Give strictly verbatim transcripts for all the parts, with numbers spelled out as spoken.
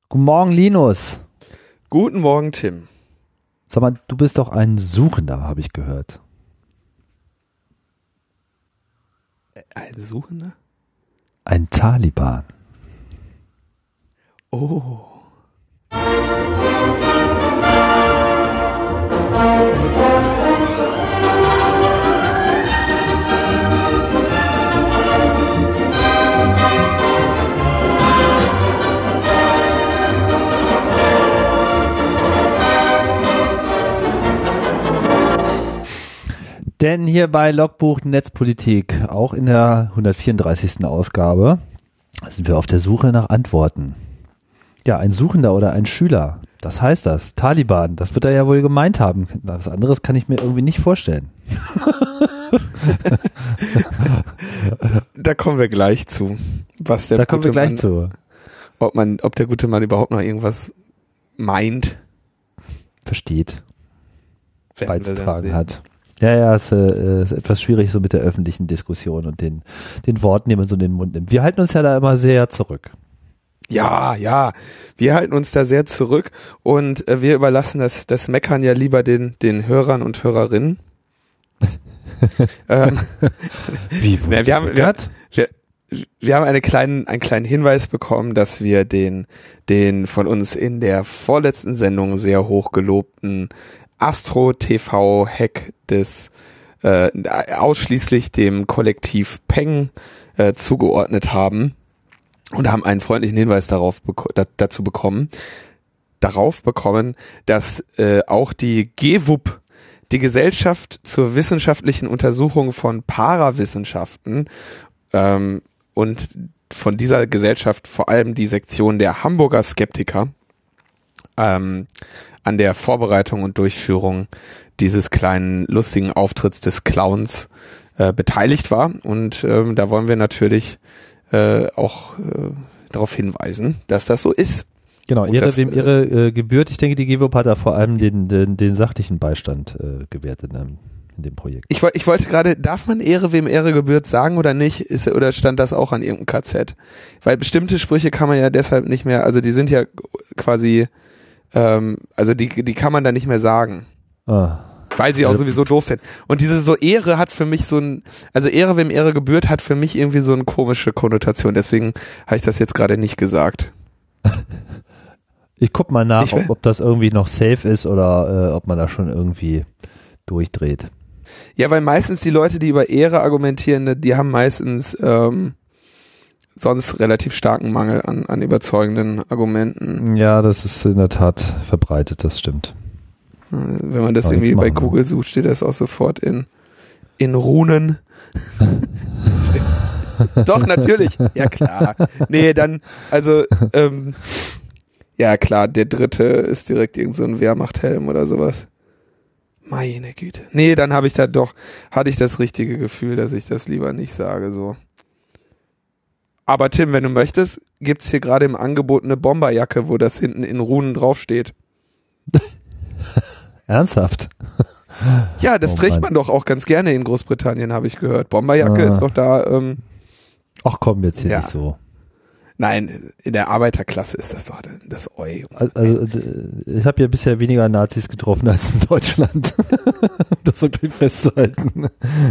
Guten Morgen, Linus. Guten Morgen, Tim. Sag mal, du bist doch ein Suchender, habe ich gehört. Ein Suchender? Ein Taliban. Oh. Denn hier bei Logbuch Netzpolitik, auch in der hundertvierunddreißigsten Ausgabe, sind wir auf der Suche nach Antworten. Ja, ein Suchender oder ein Schüler, das heißt das, Taliban, das wird er ja wohl gemeint haben. Was anderes kann ich mir irgendwie nicht vorstellen. Da kommen wir gleich zu. Was der da kommen wir gleich Mann, zu. Ob man, ob der gute Mann überhaupt noch irgendwas meint. Versteht. Werden wir dann Beizutragen sehen. hat. Ja, ja, es äh, ist etwas schwierig so mit der öffentlichen Diskussion und den, den Worten, die man so in den Mund nimmt. Wir halten uns ja da immer sehr zurück. Ja, ja, wir halten uns da sehr zurück und äh, wir überlassen das, das Meckern ja lieber den, den Hörern und Hörerinnen. ähm, Wie wir, wir, haben, wir, wir, wir haben eine kleinen, einen kleinen Hinweis bekommen, dass wir den, den von uns in der vorletzten Sendung sehr hoch gelobten Astro-T V-Hack des äh, ausschließlich dem Kollektiv Peng äh, zugeordnet haben und haben einen freundlichen Hinweis darauf beko- da, dazu bekommen, darauf bekommen, dass äh, auch die G W U P, die Gesellschaft zur wissenschaftlichen Untersuchung von Parawissenschaften, ähm, und von dieser Gesellschaft vor allem die Sektion der Hamburger Skeptiker, ähm, an der Vorbereitung und Durchführung dieses kleinen lustigen Auftritts des Clowns äh, beteiligt war. Und ähm, da wollen wir natürlich äh, auch äh, darauf hinweisen, dass das so ist. Genau, Und Ehre das, wem Ehre äh, gebührt. Ich denke, die G W U P hat da vor allem den, den, den sachlichen Beistand äh, gewährt in dem, in dem Projekt. Ich, woll- ich wollte gerade, darf man Ehre wem Ehre gebührt sagen oder nicht? Ist, oder stand das auch an irgendeinem K Z? Weil bestimmte Sprüche kann man ja deshalb nicht mehr, also die sind ja quasi Ähm, also die, die kann man da nicht mehr sagen. Ah. Weil sie auch Also- sowieso doof sind. Und diese so Ehre hat für mich so ein, also Ehre wem Ehre gebührt, hat für mich irgendwie so eine komische Konnotation. Deswegen habe ich das jetzt gerade nicht gesagt. Ich guck mal nach, Ich will- ob, ob das irgendwie noch safe ist oder äh, ob man da schon irgendwie durchdreht. Ja, weil meistens die Leute, die über Ehre argumentieren, ne, die haben meistens ähm, sonst relativ starken Mangel an, an überzeugenden Argumenten. Ja, das ist in der Tat verbreitet, das stimmt. Wenn man das Aber irgendwie nichts bei machen. Google sucht, steht das auch sofort in, in Runen. Doch, natürlich. Ja, klar. Nee, dann, also, ähm, ja, klar, der dritte ist direkt irgend so ein Wehrmachthelm oder sowas. Meine Güte. Nee, dann habe ich da doch, hatte ich das richtige Gefühl, dass ich das lieber nicht sage, so. Aber Tim, wenn du möchtest, gibt's hier gerade im Angebot eine Bomberjacke, wo das hinten in Runen draufsteht. Ernsthaft? Ja, das Oh trägt Mann. man doch auch ganz gerne in Großbritannien, habe ich gehört. Bomberjacke Ah. ist doch da, ähm, Ach komm, jetzt hier Ja. nicht so. nein, in der Arbeiterklasse ist das doch das Eu. Al- Also d- ich habe ja bisher weniger Nazis getroffen als in Deutschland. Um das wirklich festzuhalten.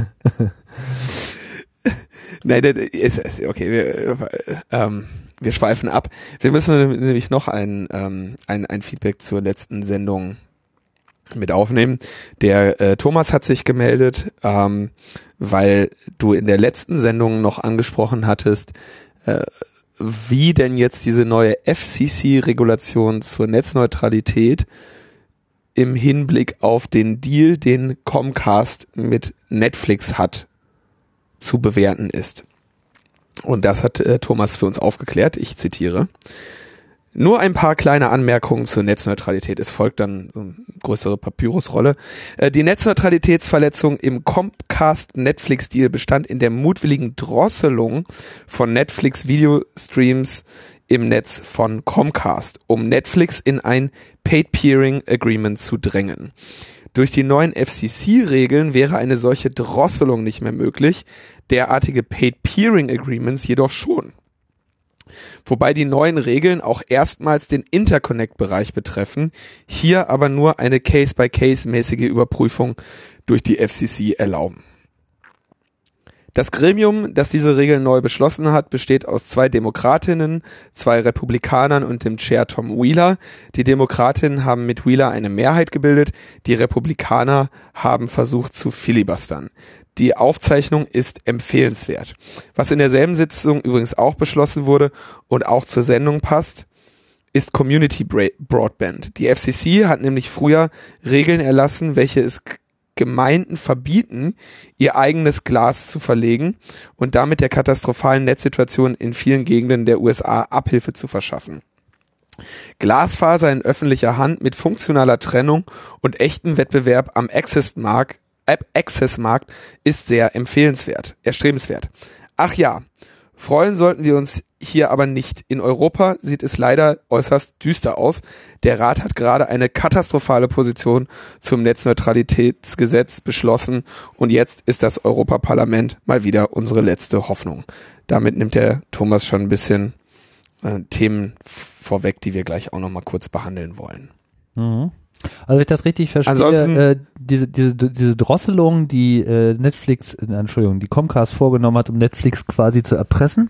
Nein, nein, ist, ist, okay, wir, äh, ähm, wir schweifen ab. Wir müssen nämlich noch ein, ähm, ein, ein Feedback zur letzten Sendung mit aufnehmen. Der äh, Thomas hat sich gemeldet, ähm, weil du in der letzten Sendung noch angesprochen hattest, äh, wie denn jetzt diese neue F C C-Regulation zur Netzneutralität im Hinblick auf den Deal, den Comcast mit Netflix hat, zu bewerten ist. Und das hat äh, Thomas für uns aufgeklärt. Ich zitiere. Nur ein paar kleine Anmerkungen zur Netzneutralität. Es folgt dann so eine größere Papyrusrolle. Äh, die Netzneutralitätsverletzung im Comcast-Netflix-Deal bestand in der mutwilligen Drosselung von Netflix-Videostreams im Netz von Comcast, um Netflix in ein Paid-Peering-Agreement zu drängen. Durch die neuen F C C-Regeln wäre eine solche Drosselung nicht mehr möglich, derartige Paid-Peering-Agreements jedoch schon. wobei die neuen Regeln auch erstmals den Interconnect-Bereich betreffen, hier aber nur eine Case-by-Case-mäßige Überprüfung durch die F C C erlauben. Das Gremium, das diese Regeln neu beschlossen hat, besteht aus zwei Demokratinnen, zwei Republikanern und dem Chair Tom Wheeler. Die Demokratinnen haben mit Wheeler eine Mehrheit gebildet, die Republikaner haben versucht zu filibustern. Die Aufzeichnung ist empfehlenswert. Was in derselben Sitzung übrigens auch beschlossen wurde und auch zur Sendung passt, ist Community Broadband. Die F C C hat nämlich früher Regeln erlassen, welche es Gemeinden verbieten, ihr eigenes Glas zu verlegen und damit der katastrophalen Netzsituation in vielen Gegenden der U S A Abhilfe zu verschaffen. Glasfaser in öffentlicher Hand mit funktionaler Trennung und echtem Wettbewerb am Access-Markt, Access-Markt ist sehr empfehlenswert, erstrebenswert. Ach ja, freuen sollten wir uns hier aber nicht. In Europa sieht es leider äußerst düster aus. Der Rat hat gerade eine katastrophale Position zum Netzneutralitätsgesetz beschlossen und jetzt ist das Europaparlament mal wieder unsere letzte Hoffnung. Damit nimmt der Thomas schon ein bisschen äh, Themen vorweg, die wir gleich auch noch mal kurz behandeln wollen. Mhm. Also wenn ich das richtig verstehe, äh, diese, diese, diese Drosselung, die äh, Netflix, äh, Entschuldigung, die Comcast vorgenommen hat, um Netflix quasi zu erpressen,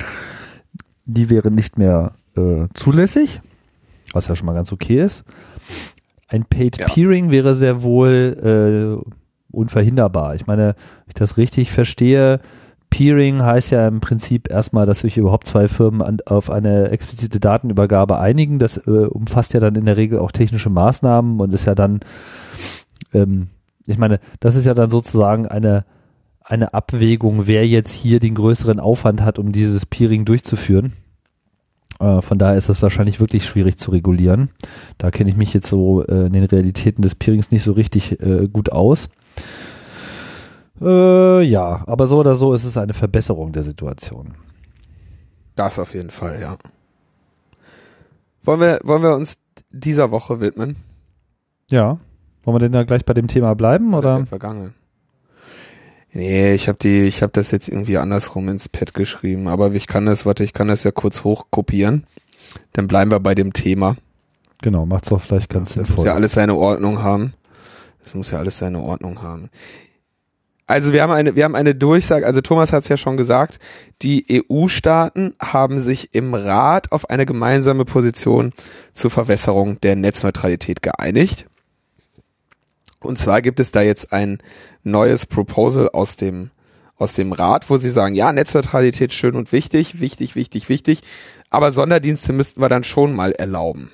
die wäre nicht mehr äh, zulässig, was ja schon mal ganz okay ist. Ein Paid ja. Peering wäre sehr wohl äh, unverhinderbar. Ich meine, wenn ich das richtig verstehe, Peering heißt ja im Prinzip erstmal, dass sich überhaupt zwei Firmen an, auf eine explizite Datenübergabe einigen. Das äh, umfasst ja dann in der Regel auch technische Maßnahmen und ist ja dann, ähm, ich meine, das ist ja dann sozusagen eine, eine Abwägung, wer jetzt hier den größeren Aufwand hat, um dieses Peering durchzuführen. Äh, von daher ist das wahrscheinlich wirklich schwierig zu regulieren. Da kenne ich mich jetzt so äh, in den Realitäten des Peerings nicht so richtig äh, gut aus. Äh, ja, aber so oder so ist es eine Verbesserung der Situation. Das auf jeden Fall, ja. Wollen wir, wollen wir uns dieser Woche widmen? Ja. Wollen wir denn da gleich bei dem Thema bleiben, oder? oder? Vergangen. Nee, ich habe die, ich habe das jetzt irgendwie andersrum ins Pad geschrieben, aber ich kann das, warte, ich kann das ja kurz hochkopieren. Dann bleiben wir bei dem Thema. Genau, macht's doch vielleicht ganz ja, sinnvoll. Das muss ja alles seine Ordnung haben. Das muss ja alles seine Ordnung haben. Also wir haben eine, wir haben eine Durchsage, also Thomas hat es ja schon gesagt, die E U-Staaten haben sich im Rat auf eine gemeinsame Position zur Verwässerung der Netzneutralität geeinigt. Und zwar gibt es da jetzt ein neues Proposal aus dem, aus dem Rat, wo sie sagen, ja, Netzneutralität schön und wichtig, wichtig, wichtig, wichtig, aber Sonderdienste müssten wir dann schon mal erlauben.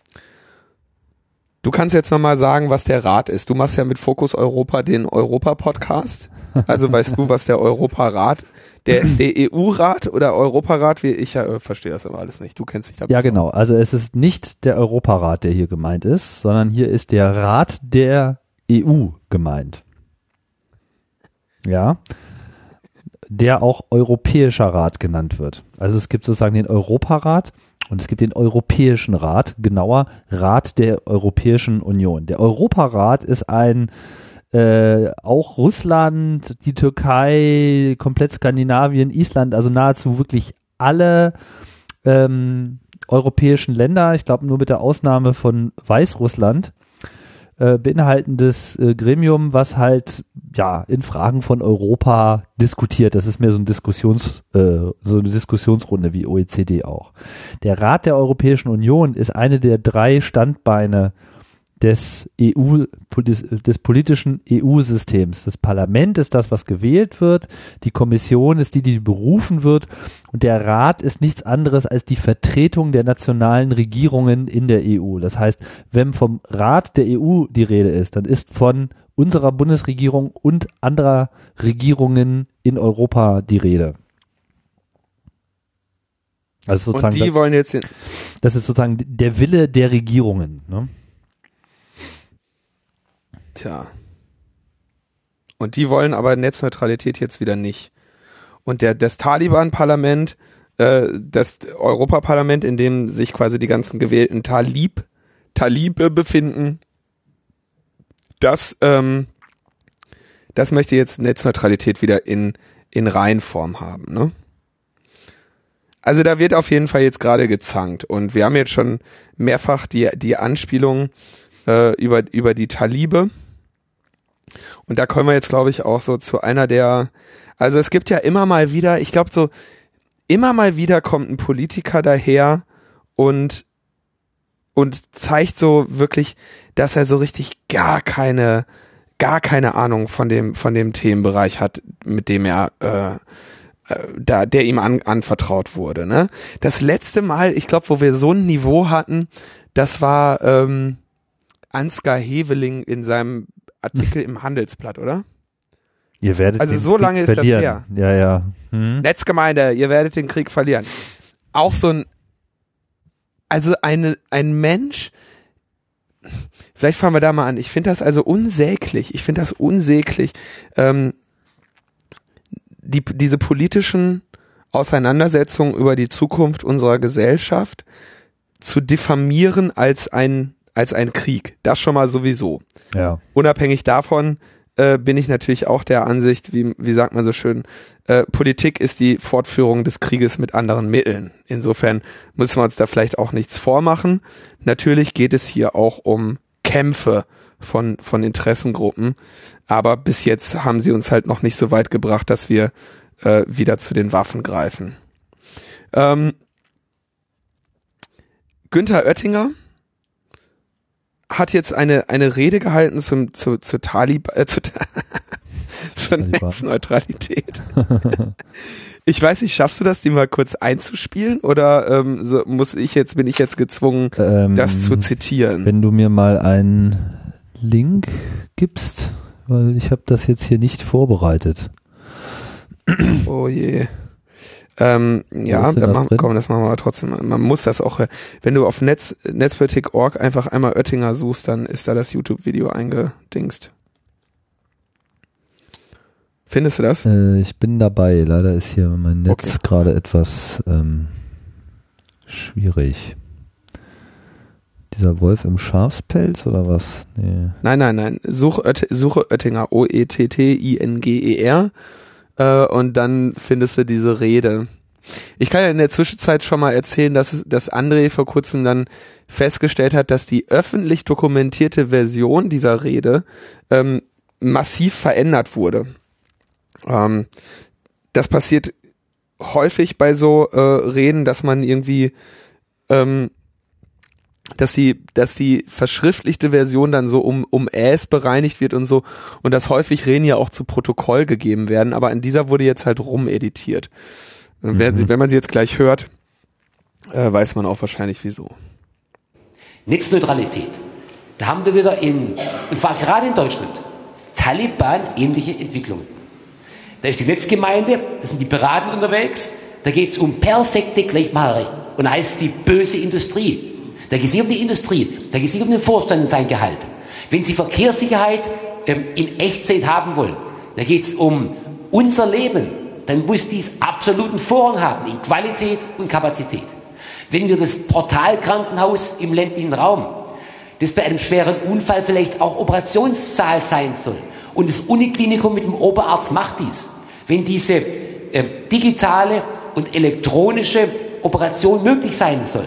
Du kannst jetzt nochmal sagen, was der Rat ist. Du machst ja mit Fokus Europa den Europa-Podcast. Also weißt du, was der Europarat, der, der E U-Rat oder Europarat, wie ich ja, äh, verstehe das aber alles nicht. Du kennst dich da. Ja, genau. Also es ist nicht der Europarat, der hier gemeint ist, sondern hier ist der Rat der E U gemeint. Ja. Der auch Europäischer Rat genannt wird. Also es gibt sozusagen den Europarat und es gibt den Europäischen Rat, genauer Rat der Europäischen Union. Der Europarat ist ein äh, auch Russland, die Türkei, komplett Skandinavien, Island, also nahezu wirklich alle ähm, europäischen Länder, ich glaube nur mit der Ausnahme von Weißrussland, äh, beinhaltendes äh, Gremium, was halt ja in Fragen von Europa diskutiert. Das ist mehr so ein Diskussions, äh, so eine Diskussionsrunde wie O E C D auch. Der Rat der Europäischen Union ist eine der drei Standbeine des E U, des, des politischen E U-Systems. Das Parlament ist das, was gewählt wird, die Kommission ist die, die berufen wird und der Rat ist nichts anderes als die Vertretung der nationalen Regierungen in der E U. Das heißt, wenn vom Rat der E U die Rede ist, dann ist von unserer Bundesregierung und anderer Regierungen in Europa die Rede. Also sozusagen und die das, wollen jetzt das ist sozusagen der Wille der Regierungen, ne? Tja. Und die wollen aber Netzneutralität jetzt wieder nicht. Und der das Taliban-Parlament, äh, das Europaparlament, in dem sich quasi die ganzen gewählten Talib, Talibe befinden, das, ähm, das möchte jetzt Netzneutralität wieder in, in Reihenform haben, ne? also da wird auf jeden Fall jetzt gerade gezankt und wir haben jetzt schon mehrfach die die Anspielung äh, über über die Talibe und da kommen wir jetzt, glaube ich, auch so zu einer der, also es gibt ja immer mal wieder, ich glaube so, immer mal wieder kommt ein Politiker daher und und zeigt so wirklich, dass er so richtig gar keine gar keine Ahnung von dem von dem Themenbereich hat, mit dem er äh, da der ihm an, anvertraut wurde. Ne? Das letzte Mal, ich glaube, wo wir so ein Niveau hatten, das war ähm, Ansgar Heveling in seinem Artikel im Handelsblatt, oder? Ihr werdet also den so Krieg lange ist verlieren. das her. Ja, ja. Hm. Netzgemeinde, ihr werdet den Krieg verlieren. Auch so ein, also eine, ein Mensch, vielleicht fangen wir da mal an. Ich finde das also unsäglich. Ich finde das unsäglich. Ähm, die, diese politischen Auseinandersetzungen über die Zukunft unserer Gesellschaft zu diffamieren als ein, als ein Krieg. Das schon mal sowieso. Ja. Unabhängig davon äh, bin ich natürlich auch der Ansicht, wie, wie sagt man so schön, äh, Politik ist die Fortführung des Krieges mit anderen Mitteln. Insofern müssen wir uns da vielleicht auch nichts vormachen. Natürlich geht es hier auch um Kämpfe von, von Interessengruppen, aber bis jetzt haben sie uns halt noch nicht so weit gebracht, dass wir äh, wieder zu den Waffen greifen. Ähm, Günther Oettinger hat jetzt eine eine Rede gehalten zum zu zu Talib äh, zu, zur Netzneutralität. Ich weiß nicht, schaffst du das, die mal kurz einzuspielen oder ähm, so muss ich jetzt bin ich jetzt gezwungen, ähm, das zu zitieren? Wenn du mir mal einen Link gibst, weil ich habe das jetzt hier nicht vorbereitet. Oh je. Ähm, ja, da machen, komm, das machen wir aber trotzdem. Man muss das auch, wenn du auf Netz, netzpolitik punkt org einfach einmal Oettinger suchst, dann ist da das YouTube-Video eingedingst. Findest du das? Äh, ich bin dabei. Leider ist hier mein Netz Okay. gerade etwas ähm, schwierig. Dieser Wolf im Schafspelz oder was? Nee. Nein, nein, nein. Such, Oett, suche Oettinger, O E T T I N G E R äh, und dann findest du diese Rede. Ich kann ja in der Zwischenzeit schon mal erzählen, dass, dass André vor kurzem dann festgestellt hat, dass die öffentlich dokumentierte Version dieser Rede ähm, massiv verändert wurde. Ähm, das passiert häufig bei so äh, Reden, dass man irgendwie ähm, dass die, dass die verschriftlichte Version dann so um, um Äs bereinigt wird und so und dass häufig Reden ja auch zu Protokoll gegeben werden, aber in dieser wurde jetzt halt rumeditiert. Mhm. Wenn, wenn man sie jetzt gleich hört, äh, weiß man auch wahrscheinlich wieso. Netzneutralität. Da haben wir wieder in, und zwar gerade in Deutschland, Taliban-ähnliche Entwicklungen. Da ist die Netzgemeinde, da sind die Piraten unterwegs, da geht es um perfekte Gleichmacherei und da heißt die böse Industrie. Da geht es nicht um die Industrie, da geht es nicht um den Vorstand und sein Gehalt. Wenn Sie Verkehrssicherheit ähm, in Echtzeit haben wollen, da geht es um unser Leben, dann muss dies absoluten Vorrang haben in Qualität und Kapazität. Wenn wir das Portalkrankenhaus im ländlichen Raum, das bei einem schweren Unfall vielleicht auch Operationssaal sein soll, und das Uniklinikum mit dem Oberarzt macht dies, wenn diese äh, digitale und elektronische Operation möglich sein soll,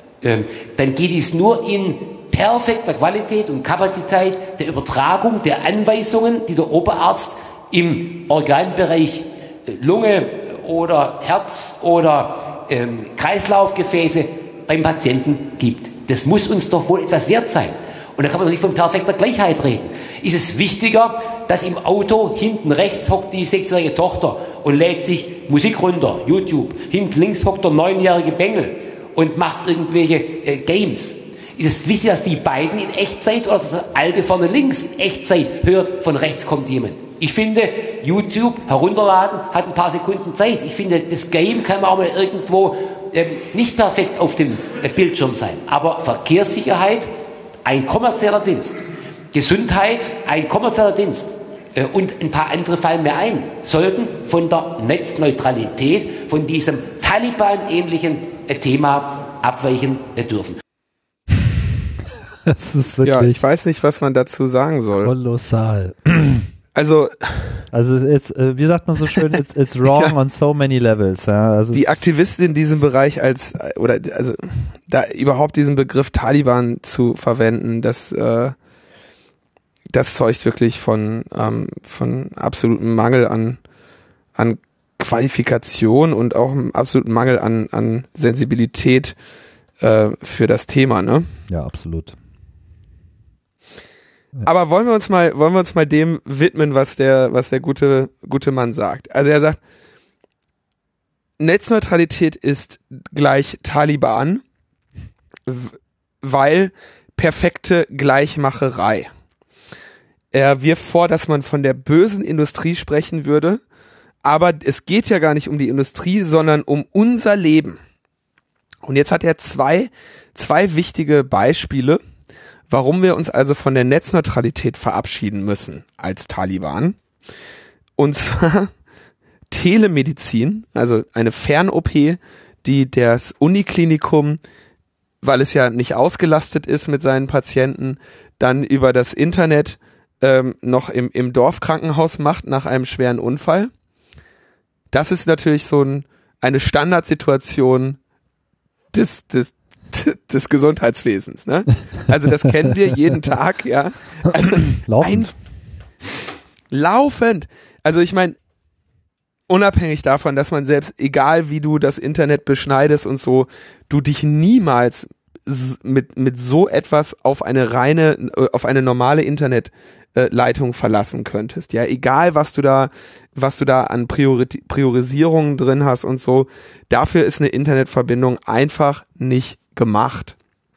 dann geht es nur in perfekter Qualität und Kapazität der Übertragung der Anweisungen, die der Oberarzt im Organbereich Lunge oder Herz oder ähm, Kreislaufgefäße beim Patienten gibt. Das muss uns doch wohl etwas wert sein. Und da kann man doch nicht von perfekter Gleichheit reden. Ist es wichtiger, dass im Auto hinten rechts hockt die sechsjährige Tochter und lädt sich Musik runter, YouTube, hinten links hockt der neunjährige Bengel und macht irgendwelche äh, Games. Ist es wichtig, dass die beiden in Echtzeit oder dass das alte vorne links in Echtzeit hört, von rechts kommt jemand? Ich finde, YouTube herunterladen hat ein paar Sekunden Zeit. Ich finde, das Game kann auch mal irgendwo ähm, nicht perfekt auf dem äh, Bildschirm sein. Aber Verkehrssicherheit, ein kommerzieller Dienst. Gesundheit, ein kommerzieller Dienst. Äh, und ein paar andere fallen mir ein, sollten von der Netzneutralität, von diesem Taliban-ähnlichen Thema abweichen dürfen. Das ist wirklich ja, ich weiß nicht, was man dazu sagen soll. Kolossal. Also, also it's, äh, wie sagt man so schön, it's, it's wrong ja. on so many levels. Ja, also die Aktivisten in diesem Bereich als, oder also da überhaupt diesen Begriff Taliban zu verwenden, das, äh, das zeugt wirklich von, ähm, von absolutem Mangel an, an Qualifikation und auch einem absoluten Mangel an, an Sensibilität äh, für das Thema, ne? Ja, absolut. Aber wollen wir uns mal, wollen wir uns mal dem widmen, was der, was der gute, gute Mann sagt. Also er sagt, Netzneutralität ist gleich Taliban, weil perfekte Gleichmacherei. Er wirft vor, dass man von der bösen Industrie sprechen würde, aber es geht ja gar nicht um die Industrie, sondern um unser Leben. Und jetzt hat er zwei, zwei wichtige Beispiele, warum wir uns also von der Netzneutralität verabschieden müssen als Taliban. Und zwar Telemedizin, also eine Fern-O P, die das Uniklinikum, weil es ja nicht ausgelastet ist mit seinen Patienten, dann über das Internet ähm, noch im, im Dorfkrankenhaus macht nach einem schweren Unfall. Das ist natürlich so ein, eine Standardsituation des, des des Gesundheitswesens, ne? Also das kennen wir jeden Tag, ja. Also laufend. Ein, laufend. Also ich meine, unabhängig davon, dass man selbst, egal wie du das Internet beschneidest und so, du dich niemals mit mit so etwas auf eine reine, auf eine normale Internetleitung verlassen könntest, ja. Egal was du da, was du da an Priori- Priorisierungen drin hast und so, dafür ist eine Internetverbindung einfach nicht gemacht.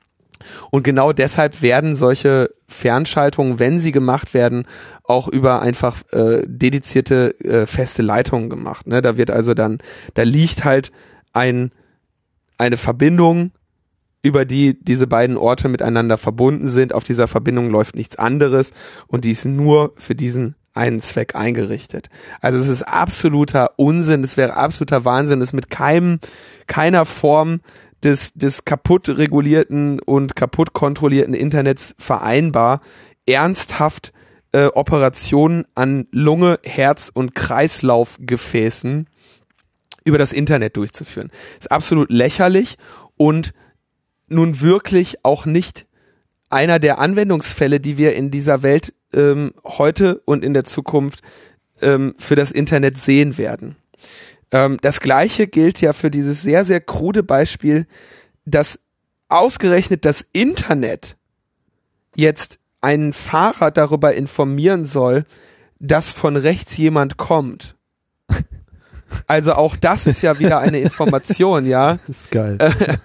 Und genau deshalb werden solche Fernschaltungen, wenn sie gemacht werden, auch über einfach äh, dedizierte äh, feste Leitungen gemacht. Ne? Da wird also dann, da liegt halt ein eine Verbindung, über die diese beiden Orte miteinander verbunden sind. Auf dieser Verbindung läuft nichts anderes und die ist nur für diesen einen Zweck eingerichtet. Also es ist absoluter Unsinn, es wäre absoluter Wahnsinn, es mit keinem, keiner Form des, des kaputt regulierten und kaputt kontrollierten Internets vereinbar, ernsthaft äh, Operationen an Lunge, Herz und Kreislaufgefäßen über das Internet durchzuführen. Ist absolut lächerlich und nun wirklich auch nicht einer der Anwendungsfälle, die wir in dieser Welt ähm, heute und in der Zukunft ähm, für das Internet sehen werden. Ähm, das Gleiche gilt ja für dieses sehr, sehr krude Beispiel, dass ausgerechnet das Internet jetzt einen Fahrer darüber informieren soll, dass von rechts jemand kommt. Also auch das ist ja wieder eine Information, ja. Das ist geil.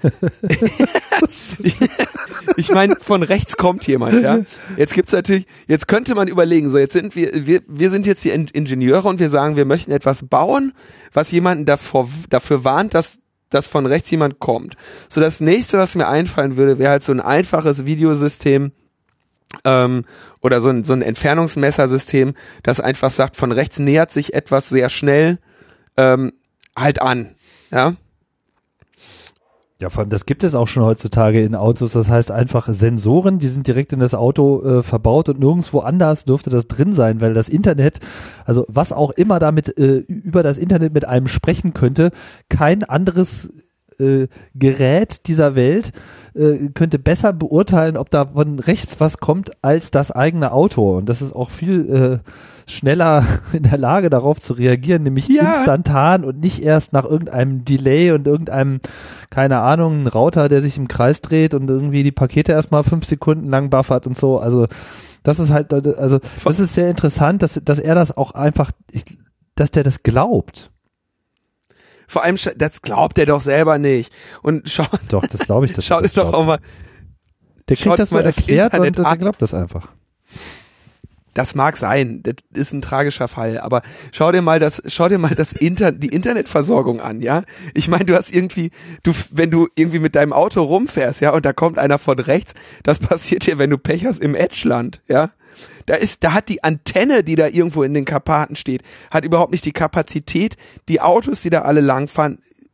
Ich meine, von rechts kommt jemand, ja. Jetzt gibt's natürlich, jetzt könnte man überlegen, so jetzt sind wir, wir, wir sind jetzt die Ingenieure und wir sagen, wir möchten etwas bauen, was jemanden davor, dafür warnt, dass, dass von rechts jemand kommt. So das nächste, was mir einfallen würde, wäre halt so ein einfaches Videosystem, ähm, oder so ein, so ein Entfernungsmessersystem, das einfach sagt, von rechts nähert sich etwas sehr schnell, ähm, halt an, ja. Ja, vor allem, das gibt es auch schon heutzutage in Autos. Das heißt einfach Sensoren, die sind direkt in das Auto äh, verbaut und nirgendwo anders dürfte das drin sein, weil das Internet, also was auch immer damit äh, über das Internet mit einem sprechen könnte, kein anderes äh, Gerät dieser Welt äh, könnte besser beurteilen, ob da von rechts was kommt, als das eigene Auto. Und das ist auch viel äh, schneller in der Lage, darauf zu reagieren, nämlich ja. instantan und nicht erst nach irgendeinem Delay und irgendeinem, keine Ahnung, ein Router, der sich im Kreis dreht und irgendwie die Pakete erstmal fünf Sekunden lang buffert und so. Also das ist halt, also das ist sehr interessant, dass, dass er das auch einfach, dass der das glaubt. Vor allem, das glaubt er doch selber nicht. Und schau, doch, das glaube ich. Dass schau es doch auch mal. Der kriegt das so erklärt und der glaubt das einfach. Das mag sein, das ist ein tragischer Fall, aber schau dir mal das, schau dir mal das Inter, die Internetversorgung an, ja. Ich meine, du hast irgendwie, du, wenn du irgendwie mit deinem Auto rumfährst, ja, und da kommt einer von rechts, das passiert dir, wenn du Pech hast im Edgeland, ja. Da ist, da hat die Antenne, die da irgendwo in den Karpaten steht, hat überhaupt nicht die Kapazität, die Autos, die da alle langfahren,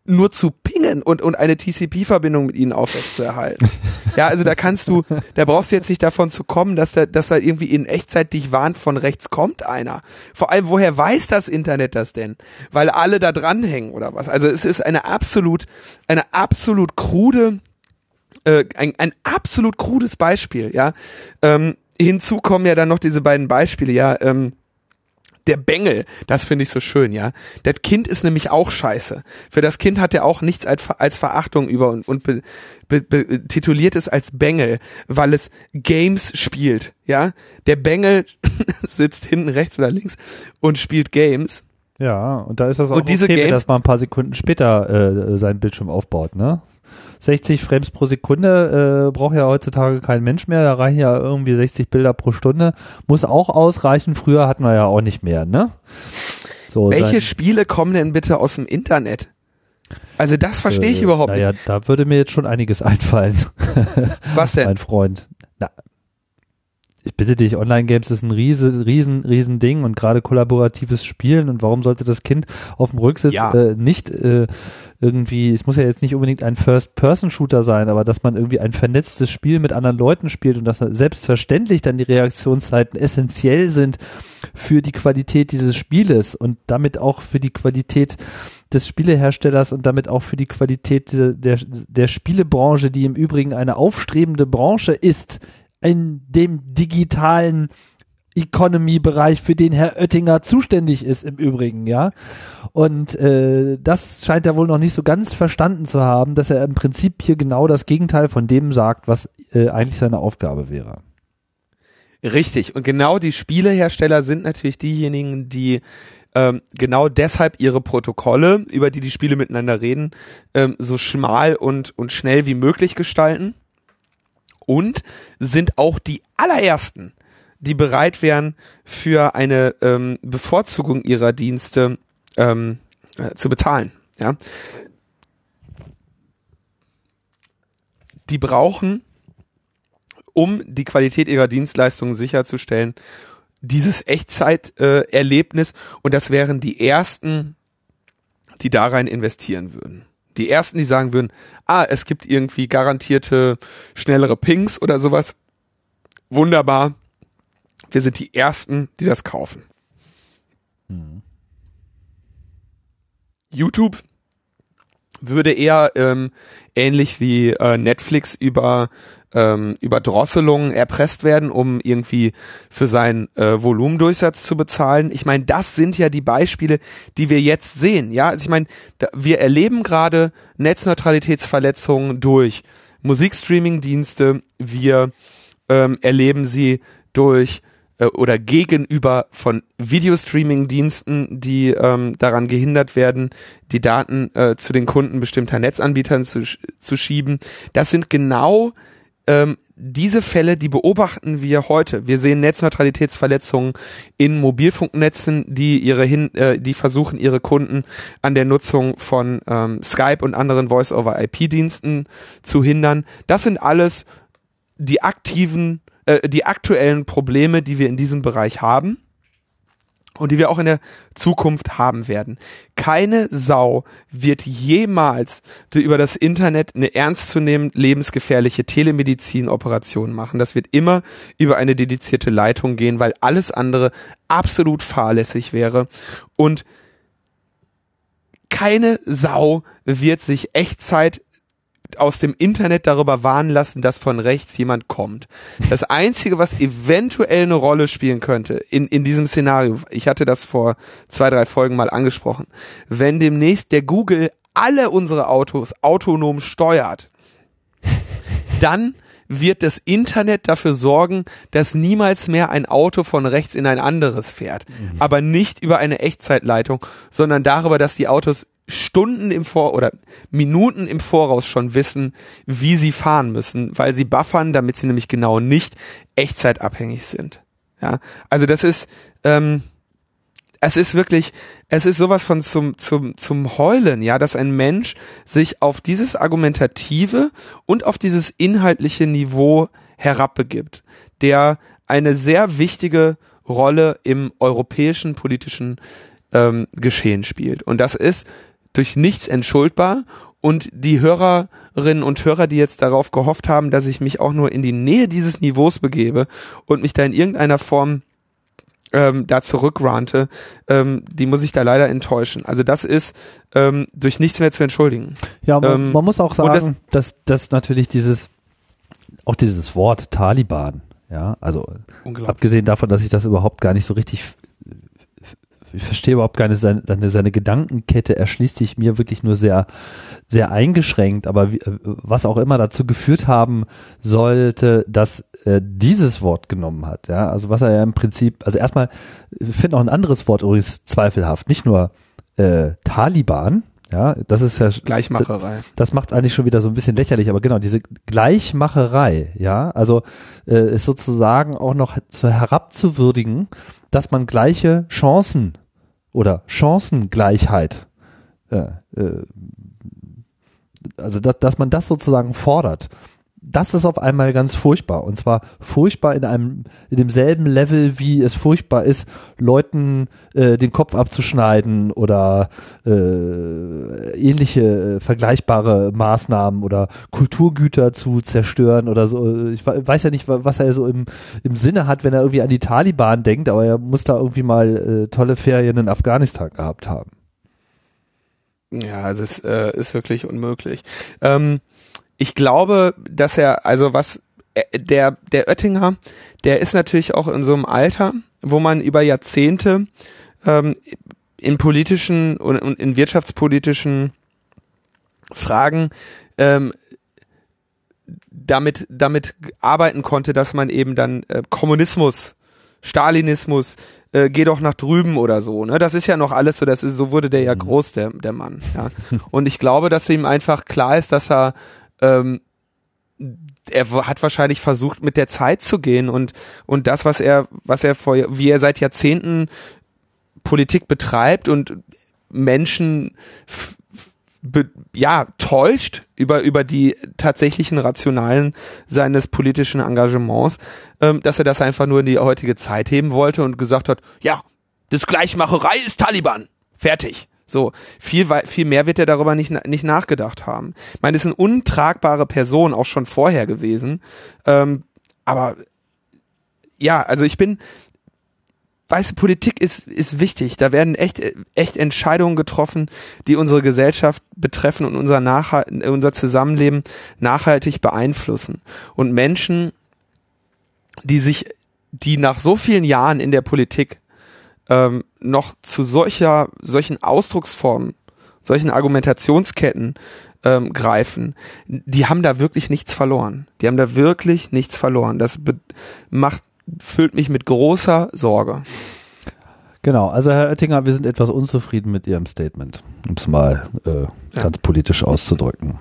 nur zu pingen und, und eine T C P-Verbindung mit ihnen aufrechtzuerhalten. Ja, also da kannst du, da brauchst du jetzt nicht davon zu kommen, dass da, dass da irgendwie in Echtzeit dich warnt, von rechts kommt einer. Vor allem, woher weiß das Internet das denn? Weil alle da dranhängen oder was? Also es ist eine absolut, eine absolut krude, äh, ein, ein absolut krudes Beispiel, ja. Ähm, hinzu kommen ja dann noch diese beiden Beispiele, ja, ähm, der Bengel, das finde ich so schön, ja. Das Kind ist nämlich auch scheiße. Für das Kind hat er auch nichts als, als Verachtung über und, und be, be, be, tituliert es als Bengel, weil es Games spielt, ja. Der Bengel sitzt hinten rechts oder links und spielt Games. Ja, und da ist das auch und diese okay, Games, wenn das mal ein paar Sekunden später äh, seinen Bildschirm aufbaut, ne? sechzig Frames pro Sekunde äh, braucht ja heutzutage kein Mensch mehr, da reichen ja irgendwie sechzig Bilder pro Stunde, muss auch ausreichen, früher hatten wir ja auch nicht mehr, ne? So, welche sein, Spiele kommen denn bitte aus dem Internet? Also das verstehe ich äh, überhaupt naja, nicht. da würde mir jetzt schon einiges einfallen. Was denn? Mein Freund. Na, ich bitte dich, Online-Games ist ein riesen, riesen, riesen Ding und gerade kollaboratives Spielen und warum sollte das Kind auf dem Rücksitz Ja. äh, nicht äh, irgendwie, es muss ja jetzt nicht unbedingt ein First-Person-Shooter sein, aber dass man irgendwie ein vernetztes Spiel mit anderen Leuten spielt und dass selbstverständlich dann die Reaktionszeiten essentiell sind für die Qualität dieses Spieles und damit auch für die Qualität des Spieleherstellers und damit auch für die Qualität der, der, der Spielebranche, die im Übrigen eine aufstrebende Branche ist, in dem digitalen Economy-Bereich, für den Herr Oettinger zuständig ist im Übrigen, ja. Und äh, das scheint er wohl noch nicht so ganz verstanden zu haben, dass er im Prinzip hier genau das Gegenteil von dem sagt, was äh, eigentlich seine Aufgabe wäre. Richtig. Und genau die Spielehersteller sind natürlich diejenigen, die ähm, genau deshalb ihre Protokolle, über die die Spiele miteinander reden, ähm, so schmal und, und schnell wie möglich gestalten. Und sind auch die allerersten, die bereit wären, für eine ähm, Bevorzugung ihrer Dienste ähm, äh, zu bezahlen. Ja? Die brauchen, um die Qualität ihrer Dienstleistungen sicherzustellen, dieses Echtzeit-Erlebnis. Äh, und das wären die ersten, die da rein investieren würden. Die ersten, die sagen würden, ah, es gibt irgendwie garantierte schnellere Pings oder sowas. Wunderbar. Wir sind die ersten, die das kaufen. Mhm. YouTube würde eher ähm, ähnlich wie äh, Netflix über ähm, über Drosselungen erpresst werden, um irgendwie für seinen äh, Volumendurchsatz zu bezahlen. Ich meine, das sind ja die Beispiele, die wir jetzt sehen. Ja, also ich meine, da, wir erleben gerade Netzneutralitätsverletzungen durch Musikstreaming-Dienste. Wir ähm, erleben sie durch äh, oder gegenüber von Videostreaming-Diensten, die ähm, daran gehindert werden, die Daten äh, zu den Kunden bestimmter Netzanbietern zu, zu schieben. Das sind genau ähm, diese Fälle, die beobachten wir heute. Wir sehen Netzneutralitätsverletzungen in Mobilfunknetzen, die ihre hin, äh, die versuchen, ihre Kunden an der Nutzung von ähm, Skype und anderen Voice-over-I P-Diensten zu hindern. Das sind alles die aktiven äh, die aktuellen Probleme, die wir in diesem Bereich haben und die wir auch in der Zukunft haben werden. Keine Sau wird jemals über das Internet eine ernstzunehmend lebensgefährliche Telemedizin-Operation machen. Das wird immer über eine dedizierte Leitung gehen, weil alles andere absolut fahrlässig wäre. Und keine Sau wird sich Echtzeit aus dem Internet darüber warnen lassen, dass von rechts jemand kommt. Das Einzige, was eventuell eine Rolle spielen könnte in, in diesem Szenario, ich hatte das vor zwei, drei Folgen mal angesprochen, wenn demnächst der Google alle unsere Autos autonom steuert, dann wird das Internet dafür sorgen, dass niemals mehr ein Auto von rechts in ein anderes fährt. Mhm. Aber nicht über eine Echtzeitleitung, sondern darüber, dass die Autos Stunden im Vor- oder Minuten im Voraus schon wissen, wie sie fahren müssen, weil sie buffern, damit sie nämlich genau nicht echtzeitabhängig sind. Ja, also das ist, ähm, es ist wirklich, es ist sowas von zum, zum, zum Heulen, ja, dass ein Mensch sich auf dieses argumentative und auf dieses inhaltliche Niveau herabbegibt, der eine sehr wichtige Rolle im europäischen politischen ähm, Geschehen spielt. Und das ist durch nichts entschuldbar und die Hörerinnen und Hörer, die jetzt darauf gehofft haben, dass ich mich auch nur in die Nähe dieses Niveaus begebe und mich da in irgendeiner Form ähm, da zurückrante, ähm, die muss ich da leider enttäuschen. Also das ist ähm, durch nichts mehr zu entschuldigen. Ja, man, ähm, man muss auch sagen, das, dass, dass natürlich dieses, auch dieses Wort Taliban, ja, also abgesehen davon, dass ich das überhaupt gar nicht so richtig, ich verstehe überhaupt gar nicht, seine, seine, seine Gedankenkette erschließt sich mir wirklich nur sehr, sehr eingeschränkt, aber wie, was auch immer dazu geführt haben sollte, dass er dieses Wort genommen hat, ja, also was er ja im Prinzip, also erstmal, ich finde auch ein anderes Wort übrigens zweifelhaft, nicht nur äh, Taliban, ja, das ist ja Gleichmacherei. Das, das macht es eigentlich schon wieder so ein bisschen lächerlich, aber genau, diese Gleichmacherei, ja, also äh, ist sozusagen auch noch zu herabzuwürdigen, dass man gleiche Chancen oder Chancengleichheit, äh, äh, also dass, dass man das sozusagen fordert. Das ist auf einmal ganz furchtbar, und zwar furchtbar in einem, in demselben Level, wie es furchtbar ist, Leuten äh, den Kopf abzuschneiden oder äh, ähnliche äh, vergleichbare Maßnahmen oder Kulturgüter zu zerstören oder so. Ich weiß ja nicht, was er so im, im Sinne hat, wenn er irgendwie an die Taliban denkt, aber er muss da irgendwie mal äh, tolle Ferien in Afghanistan gehabt haben. Ja, also es äh, ist wirklich unmöglich. Ähm, Ich glaube, dass er, also was, der, der Oettinger, der ist natürlich auch in so einem Alter, wo man über Jahrzehnte ähm, in politischen und, und in wirtschaftspolitischen Fragen ähm, damit, damit arbeiten konnte, dass man eben dann äh, Kommunismus, Stalinismus, äh, geh doch nach drüben oder so, ne? Das ist ja noch alles so, das ist, so wurde der ja groß, der, der Mann, ja. Und ich glaube, dass ihm einfach klar ist, dass er Ähm, er hat wahrscheinlich versucht, mit der Zeit zu gehen und und das, was er was er vor wie er seit Jahrzehnten Politik betreibt und Menschen f, be, ja täuscht über über die tatsächlichen Rationalen seines politischen Engagements, ähm, dass er das einfach nur in die heutige Zeit heben wollte und gesagt hat, ja, das Gleichmacherei ist Taliban, fertig. So, viel, viel mehr wird er darüber nicht, nicht nachgedacht haben. Ich meine, das ist eine untragbare Person, auch schon vorher gewesen. Ähm, aber ja, also ich bin, weißt du, Politik ist, ist wichtig. Da werden echt, echt Entscheidungen getroffen, die unsere Gesellschaft betreffen und unser, Nachhalt, unser Zusammenleben nachhaltig beeinflussen. Und Menschen, die sich, die nach so vielen Jahren in der Politik Ähm, noch zu solcher, solchen Ausdrucksformen, solchen Argumentationsketten ähm, greifen, die haben da wirklich nichts verloren. Die haben da wirklich nichts verloren. Das be- macht, füllt mich mit großer Sorge. Genau, also Herr Oettinger, wir sind etwas unzufrieden mit Ihrem Statement, um es mal äh, ganz ja. politisch auszudrücken.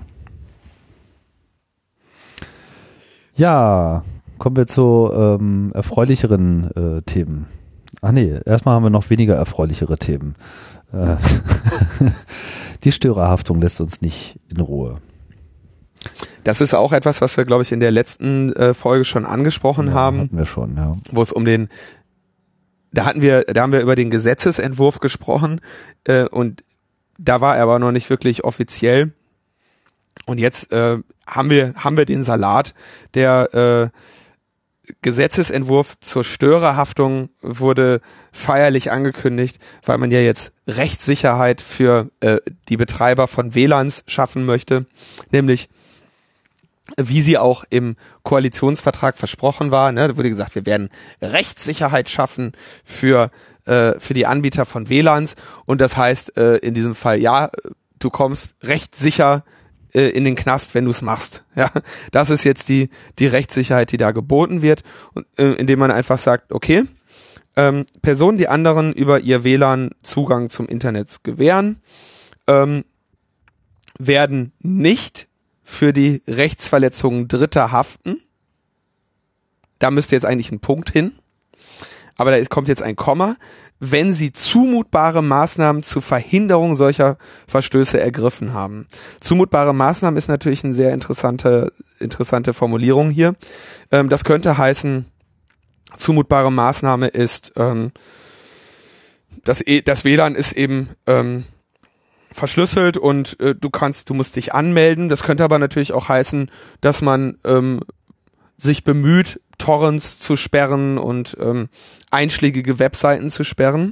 Ja, kommen wir zu ähm, erfreulicheren äh, Themen. Ach nee, erstmal haben wir noch weniger erfreulichere Themen. Äh, die Störerhaftung lässt uns nicht in Ruhe. Das ist auch etwas, was wir, glaube ich, in der letzten äh, Folge schon angesprochen ja, haben. Hatten wir schon, ja. Wo es um den, da hatten wir, da haben wir über den Gesetzesentwurf gesprochen äh, und da war er aber noch nicht wirklich offiziell. Und jetzt äh, haben wir, haben wir den Salat, der äh, Gesetzesentwurf zur Störerhaftung wurde feierlich angekündigt, weil man ja jetzt Rechtssicherheit für äh, die Betreiber von W L A Ns schaffen möchte, nämlich wie sie auch im Koalitionsvertrag versprochen war. Ne, da wurde gesagt, wir werden Rechtssicherheit schaffen für äh, für die Anbieter von W L A Ns und das heißt äh, in diesem Fall, ja, du kommst rechtssicher in den Knast, wenn du es machst. Ja, das ist jetzt die die Rechtssicherheit, die da geboten wird, und, äh, indem man einfach sagt, okay, ähm, Personen, die anderen über ihr W L A N Zugang zum Internet gewähren, ähm, werden nicht für die Rechtsverletzungen Dritter haften. Da müsste jetzt eigentlich ein Punkt hin, aber da ist, kommt jetzt ein Komma, wenn sie zumutbare Maßnahmen zur Verhinderung solcher Verstöße ergriffen haben. Zumutbare Maßnahmen ist natürlich eine sehr interessante, interessante Formulierung hier. Ähm, das könnte heißen, zumutbare Maßnahme ist, ähm, das, das W L A N ist eben ähm, verschlüsselt und äh, du kannst, du musst dich anmelden. Das könnte aber natürlich auch heißen, dass man ähm, sich bemüht, Torrents zu sperren und ähm, einschlägige Webseiten zu sperren.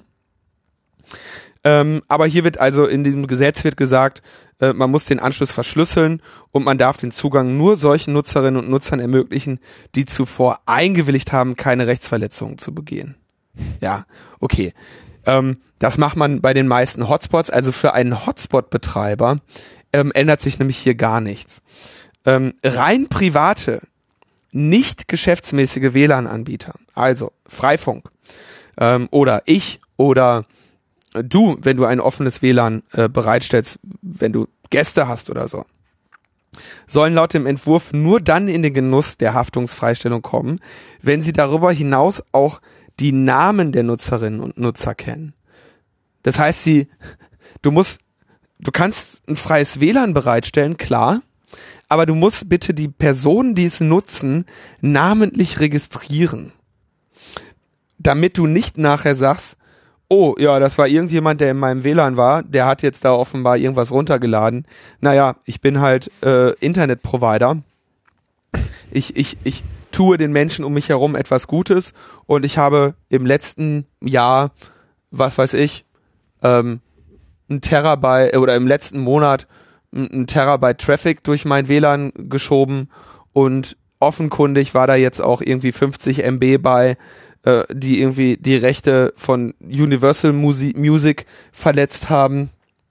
Ähm, aber hier wird also in dem Gesetz wird gesagt, äh, man muss den Anschluss verschlüsseln und man darf den Zugang nur solchen Nutzerinnen und Nutzern ermöglichen, die zuvor eingewilligt haben, keine Rechtsverletzungen zu begehen. Ja, okay. Ähm, das macht man bei den meisten Hotspots. Also für einen Hotspot-Betreiber ähm, ändert sich nämlich hier gar nichts. Ähm, rein private, nicht geschäftsmäßige W L A N-Anbieter, also Freifunk ähm, oder ich oder du, wenn du ein offenes W L A N äh, bereitstellst, wenn du Gäste hast oder so, sollen laut dem Entwurf nur dann in den Genuss der Haftungsfreistellung kommen, wenn sie darüber hinaus auch die Namen der Nutzerinnen und Nutzer kennen. Das heißt, sie, du musst, du kannst ein freies W L A N bereitstellen, klar, aber du musst bitte die Personen, die es nutzen, namentlich registrieren, damit du nicht nachher sagst, oh, ja, das war irgendjemand, der in meinem W L A N war, der hat jetzt da offenbar irgendwas runtergeladen. Naja, ich bin halt äh, Internetprovider. Ich, ich, ich tue den Menschen um mich herum etwas Gutes und ich habe im letzten Jahr, was weiß ich, ähm, ein Terabyte oder im letzten Monat ein Terabyte Traffic durch mein W L A N geschoben und offenkundig war da jetzt auch irgendwie fünfzig Megabyte bei, äh, die irgendwie die Rechte von Universal Musi- Music verletzt haben.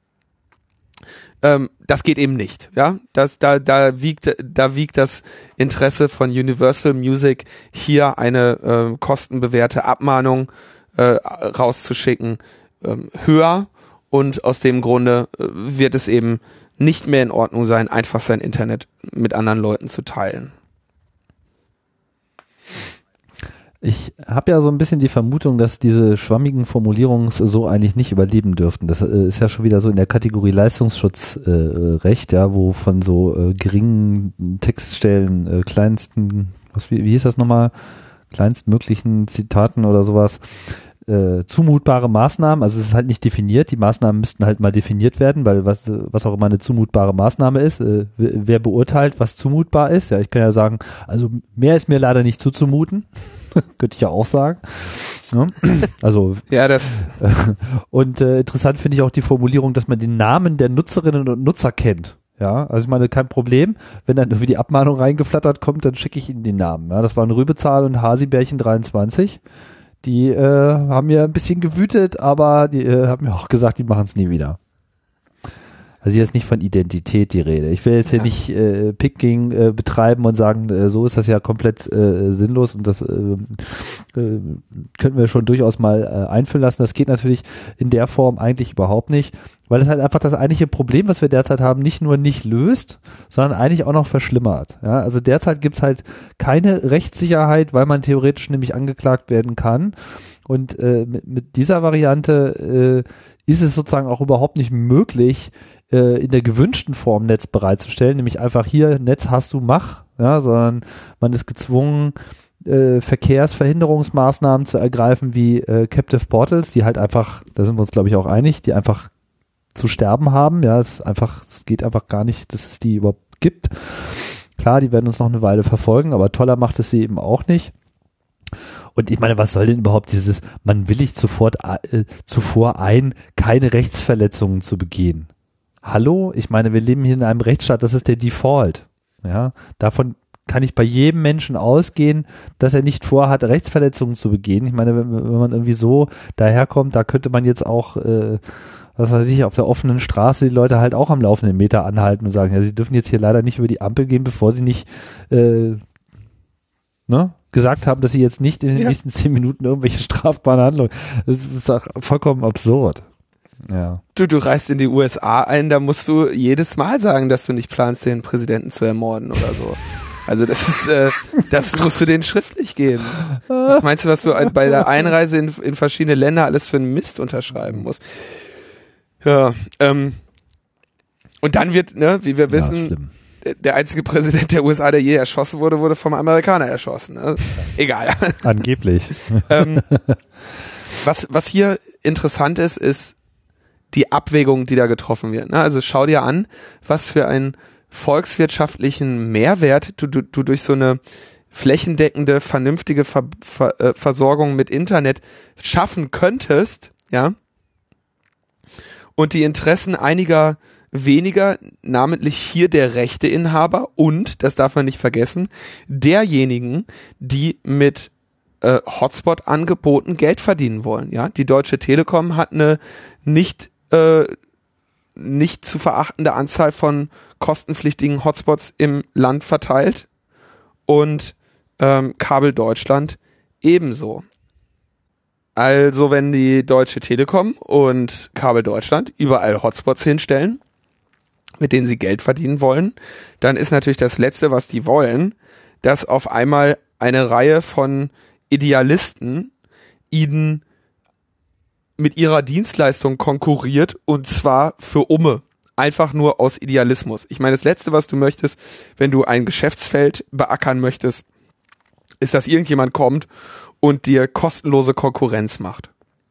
Ähm, das geht eben nicht, ja. Das, da, da wiegt, da wiegt das Interesse von Universal Music, hier eine äh, kostenbewährte Abmahnung äh, rauszuschicken, ähm, höher. Und aus dem Grunde äh, wird es eben nicht mehr in Ordnung sein, einfach sein Internet mit anderen Leuten zu teilen. Ich habe ja so ein bisschen die Vermutung, dass diese schwammigen Formulierungen so eigentlich nicht überleben dürften. Das äh, ist ja schon wieder so in der Kategorie Leistungsschutzrecht, äh, ja, wo von so äh, geringen Textstellen, äh, kleinsten, was wie, wie hieß das nochmal, kleinstmöglichen Zitaten oder sowas, äh, zumutbare Maßnahmen, also es ist halt nicht definiert, die Maßnahmen müssten halt mal definiert werden, weil was was auch immer eine zumutbare Maßnahme ist, äh, wer beurteilt, was zumutbar ist, ja, ich kann ja sagen, also mehr ist mir leider nicht zuzumuten, könnte ich ja auch sagen, ja? Also ja, das und äh, interessant finde ich auch die Formulierung, dass man den Namen der Nutzerinnen und Nutzer kennt. Ja, also ich meine, kein Problem, wenn dann irgendwie die Abmahnung reingeflattert kommt, dann schicke ich Ihnen den Namen. Ja, das waren Rübezahl und Hasibärchen dreiundzwanzig. Die äh, haben mir ein bisschen gewütet, aber die äh, haben mir auch gesagt, die machen es nie wieder. Also hier ist nicht von Identität die Rede. Ich will jetzt ja. hier nicht äh, Picking äh, betreiben und sagen, äh, so ist das ja komplett äh, sinnlos und das äh, äh, könnten wir schon durchaus mal äh, einführen lassen. Das geht natürlich in der Form eigentlich überhaupt nicht, weil es halt einfach das eigentliche Problem, was wir derzeit haben, nicht nur nicht löst, sondern eigentlich auch noch verschlimmert. Ja, also derzeit gibt's halt keine Rechtssicherheit, weil man theoretisch nämlich angeklagt werden kann. Und äh, mit, mit dieser Variante äh, ist es sozusagen auch überhaupt nicht möglich, äh, in der gewünschten Form Netz bereitzustellen, nämlich einfach hier, Netz hast du, mach, ja, sondern man ist gezwungen, äh, Verkehrsverhinderungsmaßnahmen zu ergreifen wie äh, Captive Portals, die halt einfach, da sind wir uns glaube ich auch einig, die einfach zu sterben haben, ja, es ist einfach, es geht einfach gar nicht, dass es die überhaupt gibt. Klar, die werden uns noch eine Weile verfolgen, aber toller macht es sie eben auch nicht. Und ich meine, was soll denn überhaupt dieses, man willigt sofort äh, zuvor ein, keine Rechtsverletzungen zu begehen. Hallo? Ich meine, wir leben hier in einem Rechtsstaat, das ist der Default. Ja, davon kann ich bei jedem Menschen ausgehen, dass er nicht vorhat, Rechtsverletzungen zu begehen. Ich meine, wenn, wenn man irgendwie so daherkommt, da könnte man jetzt auch, äh, was weiß ich, auf der offenen Straße die Leute halt auch am laufenden Meter anhalten und sagen, ja, sie dürfen jetzt hier leider nicht über die Ampel gehen, bevor sie nicht, äh, ne? gesagt haben, dass sie jetzt nicht in den ja. nächsten zehn Minuten irgendwelche strafbaren Handlungen. Das ist doch vollkommen absurd. Ja. Du, du reist in die U S A ein, da musst du jedes Mal sagen, dass du nicht planst, den Präsidenten zu ermorden oder so. Also das ist, äh, das musst du denen schriftlich geben. Was meinst du, was du bei der Einreise in, in verschiedene Länder alles für einen Mist unterschreiben musst? Ja, ähm, und dann wird, ne, wie wir wissen, ja, der einzige Präsident der U S A, der je erschossen wurde, wurde vom Amerikaner erschossen. Ne? Egal. Angeblich. ähm, was, was hier interessant ist, ist, die Abwägung, die da getroffen wird. Ne? Also schau dir an, was für einen volkswirtschaftlichen Mehrwert du, du, du durch so eine flächendeckende, vernünftige Ver, Ver, äh, Versorgung mit Internet schaffen könntest, ja, und die Interessen einiger weniger, namentlich hier der Rechteinhaber und, das darf man nicht vergessen, derjenigen, die mit äh, Hotspot-Angeboten Geld verdienen wollen, ja. Die Deutsche Telekom hat eine nicht äh, nicht zu verachtende Anzahl von kostenpflichtigen Hotspots im Land verteilt und ähm, Kabel Deutschland ebenso. Also wenn die Deutsche Telekom und Kabel Deutschland überall Hotspots hinstellen, mit denen sie Geld verdienen wollen, dann ist natürlich das Letzte, was die wollen, dass auf einmal eine Reihe von Idealisten ihnen mit ihrer Dienstleistung konkurriert und zwar für Umme. Einfach nur aus Idealismus. Ich meine, das Letzte, was du möchtest, wenn du ein Geschäftsfeld beackern möchtest, ist, dass irgendjemand kommt und dir kostenlose Konkurrenz macht.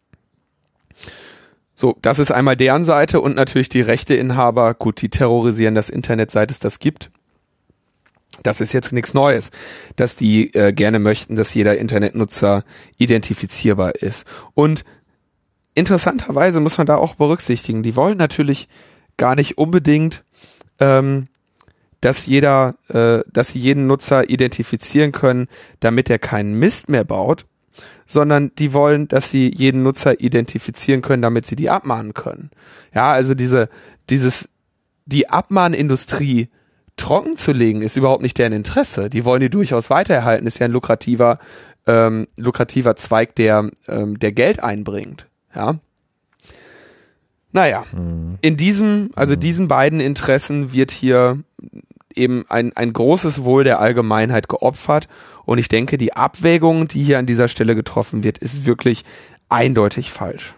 So, das ist einmal deren Seite und natürlich die Rechteinhaber, gut, die terrorisieren das Internet, seit es das gibt. Das ist jetzt nichts Neues, dass die äh, gerne möchten, dass jeder Internetnutzer identifizierbar ist. Und interessanterweise muss man da auch berücksichtigen, die wollen natürlich gar nicht unbedingt, ähm, dass jeder, äh, dass sie jeden Nutzer identifizieren können, damit er keinen Mist mehr baut, sondern die wollen, dass sie jeden Nutzer identifizieren können, damit sie die abmahnen können. Ja, also diese, dieses, die Abmahnindustrie trocken zu legen, ist überhaupt nicht deren Interesse. Die wollen die durchaus weitererhalten. Ist ja ein lukrativer, ähm, lukrativer Zweig, der, ähm, der Geld einbringt. Ja. Naja, mhm. in diesem, also mhm. diesen beiden Interessen wird hier eben ein, ein großes Wohl der Allgemeinheit geopfert und ich denke, die Abwägung, die hier an dieser Stelle getroffen wird, ist wirklich eindeutig falsch.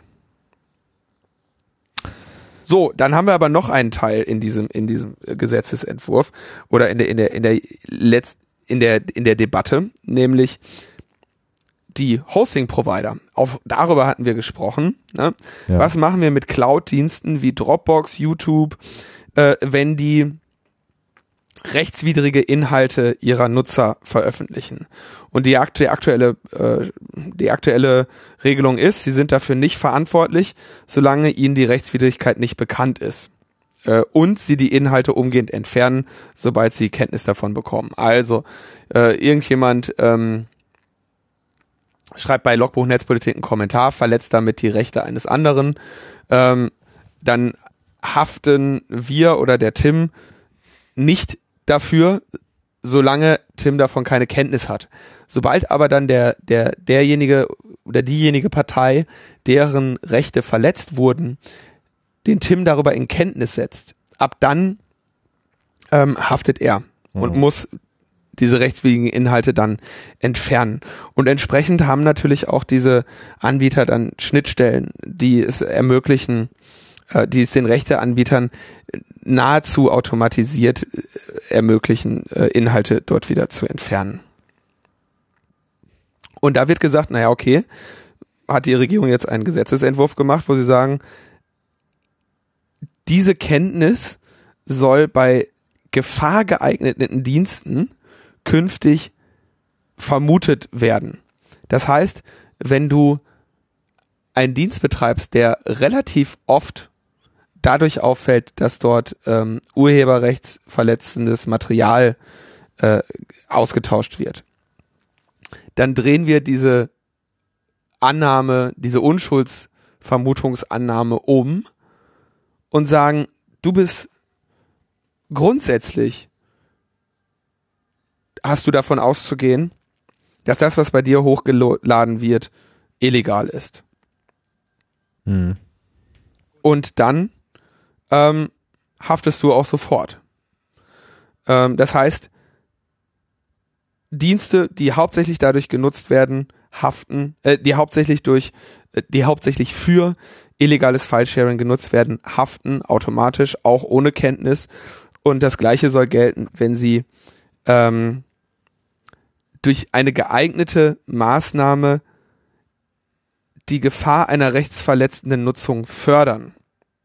So, dann haben wir aber noch einen Teil in diesem, in diesem Gesetzesentwurf oder in der, in der, in der, Letz-, in der, in der Debatte, nämlich die Hosting-Provider. Auch darüber hatten wir gesprochen. Ne? Ja. Was machen wir mit Cloud-Diensten wie Dropbox, YouTube, äh, wenn die rechtswidrige Inhalte ihrer Nutzer veröffentlichen? Und die aktu- aktuelle, äh, die aktuelle Regelung ist, sie sind dafür nicht verantwortlich, solange ihnen die Rechtswidrigkeit nicht bekannt ist. Äh, und sie die Inhalte umgehend entfernen, sobald sie Kenntnis davon bekommen. Also, äh, irgendjemand ähm, schreibt bei Logbuch Netzpolitik einen Kommentar, verletzt damit die Rechte eines anderen, ähm, dann haften wir oder der Tim nicht dafür, solange Tim davon keine Kenntnis hat. Sobald aber dann der, der, derjenige oder diejenige Partei, deren Rechte verletzt wurden, den Tim darüber in Kenntnis setzt, ab dann ähm, haftet er mhm. und muss diese rechtswidrigen Inhalte dann entfernen. Und entsprechend haben natürlich auch diese Anbieter dann Schnittstellen, die es ermöglichen, äh, die es den Rechteanbietern nahezu automatisiert äh, ermöglichen, äh, Inhalte dort wieder zu entfernen. Und da wird gesagt, naja, okay, hat die Regierung jetzt einen Gesetzesentwurf gemacht, wo sie sagen, diese Kenntnis soll bei gefahrgeeigneten Diensten künftig vermutet werden. Das heißt, wenn du einen Dienst betreibst, der relativ oft dadurch auffällt, dass dort ähm, urheberrechtsverletzendes Material äh, ausgetauscht wird, dann drehen wir diese Annahme, diese Unschuldsvermutungsannahme um und sagen, du bist grundsätzlich, hast du davon auszugehen, dass das, was bei dir hochgeladen wird, illegal ist. Mhm. Und dann ähm, haftest du auch sofort. Ähm, das heißt, Dienste, die hauptsächlich dadurch genutzt werden, haften, äh, die hauptsächlich durch, äh, die hauptsächlich für illegales Filesharing genutzt werden, haften automatisch, auch ohne Kenntnis. Und das Gleiche soll gelten, wenn sie ähm, durch eine geeignete Maßnahme die Gefahr einer rechtsverletzenden Nutzung fördern.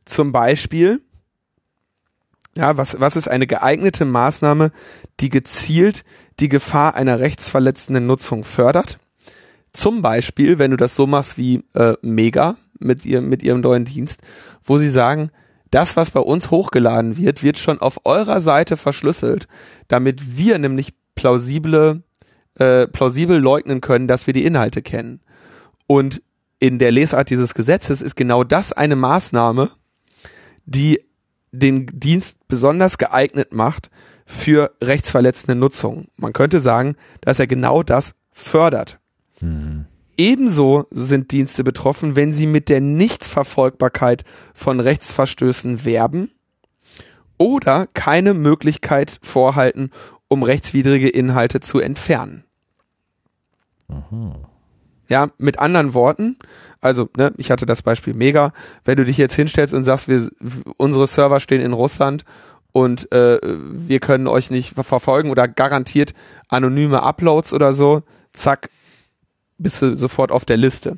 zum Beispiel, ja, was, was ist eine geeignete Maßnahme, die gezielt die Gefahr einer rechtsverletzenden Nutzung fördert? Zum Beispiel, wenn du das so machst wie äh, Mega mit, ihr, mit ihrem neuen Dienst, wo sie sagen, das, was bei uns hochgeladen wird, wird schon auf eurer Seite verschlüsselt, damit wir nämlich plausible, äh, plausibel leugnen können, dass wir die Inhalte kennen. Und in der Lesart dieses Gesetzes ist genau das eine Maßnahme, die den Dienst besonders geeignet macht für rechtsverletzende Nutzung. Man könnte sagen, dass er genau das fördert. Mhm. Ebenso sind Dienste betroffen, wenn sie mit der Nichtverfolgbarkeit von Rechtsverstößen werben oder keine Möglichkeit vorhalten, um rechtswidrige Inhalte zu entfernen. Aha. Ja, mit anderen Worten, also ne, ich hatte das Beispiel Mega, wenn du dich jetzt hinstellst und sagst, wir, unsere Server stehen in Russland und äh, wir können euch nicht verfolgen oder garantiert anonyme Uploads oder so, zack, bist du sofort auf der Liste.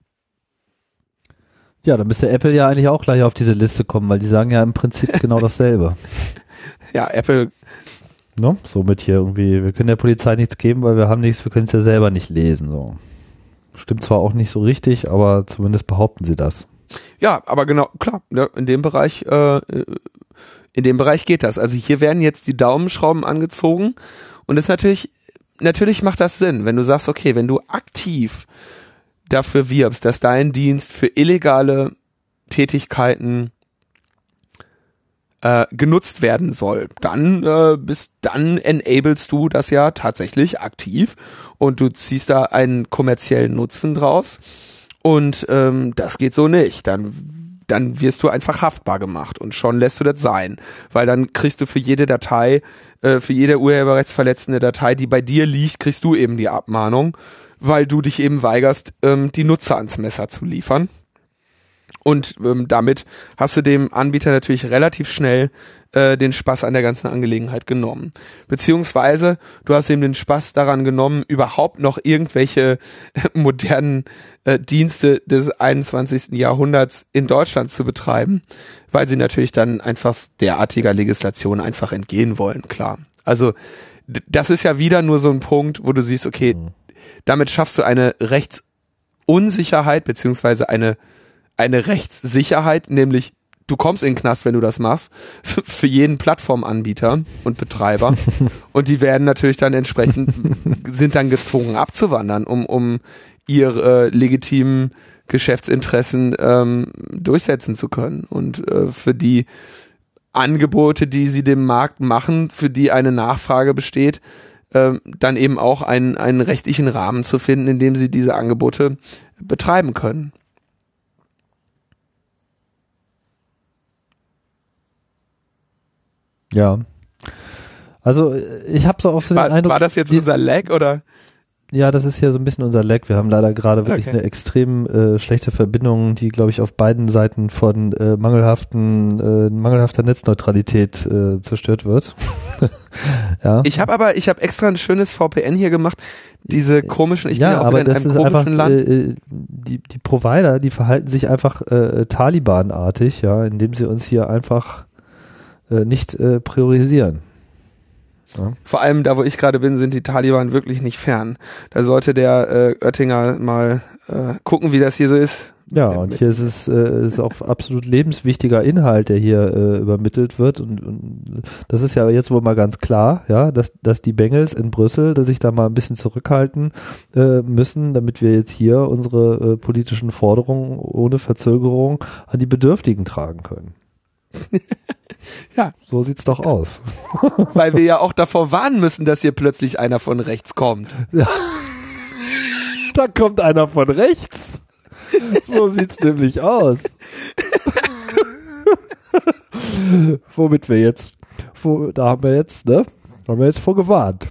Ja, dann müsste Apple ja eigentlich auch gleich auf diese Liste kommen, weil die sagen ja im Prinzip genau dasselbe. Ja, Apple. No? Somit hier irgendwie, wir können der Polizei nichts geben, weil wir haben nichts, wir können es ja selber nicht lesen. So. Stimmt zwar auch nicht so richtig, aber zumindest behaupten sie das. Ja, aber genau, klar, in dem Bereich, äh, in dem Bereich geht das. Also hier werden jetzt die Daumenschrauben angezogen und das ist natürlich, natürlich macht das Sinn, wenn du sagst, okay, wenn du aktiv dafür wirbst, dass dein Dienst für illegale Tätigkeiten äh, genutzt werden soll, dann äh, bist, dann enablest du das ja tatsächlich aktiv und du ziehst da einen kommerziellen Nutzen draus und ähm, das geht so nicht. Dann, dann wirst du einfach haftbar gemacht und schon lässt du das sein, weil dann kriegst du für jede Datei, äh, für jede urheberrechtsverletzende Datei, die bei dir liegt, kriegst du eben die Abmahnung, weil du dich eben weigerst, ähm, die Nutzer ans Messer zu liefern. Und ähm, damit hast du dem Anbieter natürlich relativ schnell äh, den Spaß an der ganzen Angelegenheit genommen. Beziehungsweise du hast ihm den Spaß daran genommen, überhaupt noch irgendwelche äh, modernen äh, Dienste des einundzwanzigsten Jahrhunderts in Deutschland zu betreiben, weil sie natürlich dann einfach derartiger Legislation einfach entgehen wollen, klar. Also d- das ist ja wieder nur so ein Punkt, wo du siehst, okay, mhm. damit schaffst du eine Rechtsunsicherheit beziehungsweise eine eine Rechtssicherheit, nämlich du kommst in den Knast, wenn du das machst, für jeden Plattformanbieter und Betreiber und die werden natürlich dann entsprechend, sind dann gezwungen abzuwandern, um, um ihre äh, legitimen Geschäftsinteressen ähm, durchsetzen zu können und äh, für die Angebote, die sie dem Markt machen, für die eine Nachfrage besteht, äh, dann eben auch einen, einen rechtlichen Rahmen zu finden, in dem sie diese Angebote betreiben können. Ja, also ich habe so auch so den war, Eindruck... War das jetzt die, unser Lag oder? Ja, das ist hier so ein bisschen unser Lag. Wir haben leider gerade wirklich Okay. eine extrem äh, schlechte Verbindung, die, glaube ich, auf beiden Seiten von äh, mangelhaften, äh, mangelhafter Netzneutralität äh, zerstört wird. Ja. Ich habe aber, ich habe extra ein schönes V P N hier gemacht. Diese komischen, ich ja, bin ja auch aber wieder in das einem ist komischen einfach, Land. Äh, die, die Provider, die verhalten sich einfach äh, Taliban-artig, ja, indem sie uns hier einfach äh, nicht äh, priorisieren. Ja. Vor allem da, wo ich gerade bin, sind die Taliban wirklich nicht fern. Da sollte der äh, Oettinger mal äh, gucken, wie das hier so ist. Ja, und hier ist es äh, ist auch absolut lebenswichtiger Inhalt, der hier äh, übermittelt wird und, und das ist ja jetzt wohl mal ganz klar, ja, dass dass die Bengels in Brüssel, dass sich da mal ein bisschen zurückhalten äh, müssen, damit wir jetzt hier unsere äh, politischen Forderungen ohne Verzögerung an die Bedürftigen tragen können. Ja. So sieht's doch aus. Weil wir ja auch davor warnen müssen, dass hier plötzlich einer von rechts kommt. Ja. Da kommt einer von rechts. So sieht's nämlich aus. Womit wir jetzt, wo, da haben wir jetzt, ne? Da haben wir jetzt vorgewarnt.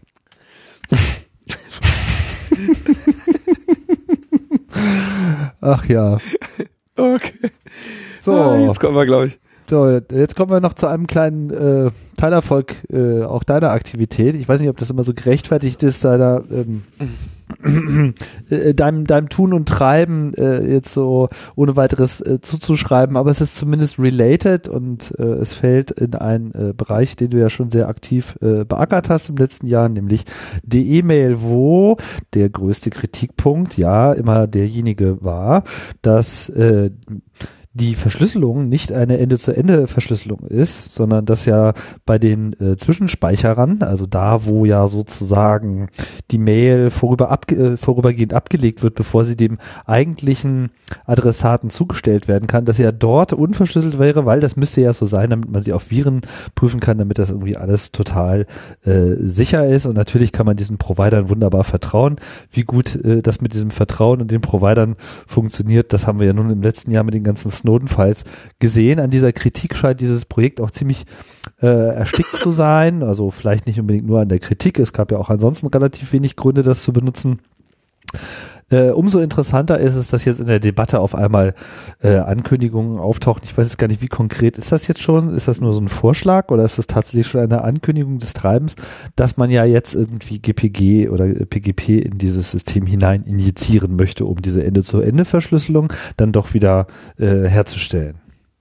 Ach ja. Okay. So. Ah, jetzt kommen wir, glaube ich. So, jetzt kommen wir noch zu einem kleinen äh, Teilerfolg äh, auch deiner Aktivität. Ich weiß nicht, ob das immer so gerechtfertigt ist, deiner ähm, äh, deinem, deinem Tun und Treiben äh, jetzt so ohne weiteres äh, zuzuschreiben, aber es ist zumindest related und äh, es fällt in einen äh, Bereich, den du ja schon sehr aktiv äh, beackert hast im letzten Jahr, nämlich die E-Mail, wo der größte Kritikpunkt ja immer derjenige war, dass äh, die Verschlüsselung nicht eine Ende-zu-Ende-Verschlüsselung ist, sondern dass ja bei den äh, Zwischenspeicherern, also da, wo ja sozusagen die Mail vorüber abge äh, vorübergehend abgelegt wird, bevor sie dem eigentlichen Adressaten zugestellt werden kann, dass sie ja dort unverschlüsselt wäre, weil das müsste ja so sein, damit man sie auf Viren prüfen kann, damit das irgendwie alles total äh, sicher ist. Und natürlich kann man diesen Providern wunderbar vertrauen. Wie gut äh, das mit diesem Vertrauen und den Providern funktioniert, das haben wir ja nun im letzten Jahr mit den ganzen Snowden-Files gesehen. An dieser Kritik scheint dieses Projekt auch ziemlich äh, erstickt zu sein. Also vielleicht nicht unbedingt nur an der Kritik. Es gab ja auch ansonsten relativ wenig Gründe, das zu benutzen. Äh, umso interessanter ist es, dass jetzt in der Debatte auf einmal äh, Ankündigungen auftauchen. Ich weiß jetzt gar nicht, wie konkret ist das jetzt schon? Ist das nur so ein Vorschlag oder ist das tatsächlich schon eine Ankündigung des Treibens, dass man ja jetzt irgendwie G P G oder P G P in dieses System hinein injizieren möchte, um diese Ende-zu-Ende-Verschlüsselung dann doch wieder äh, herzustellen?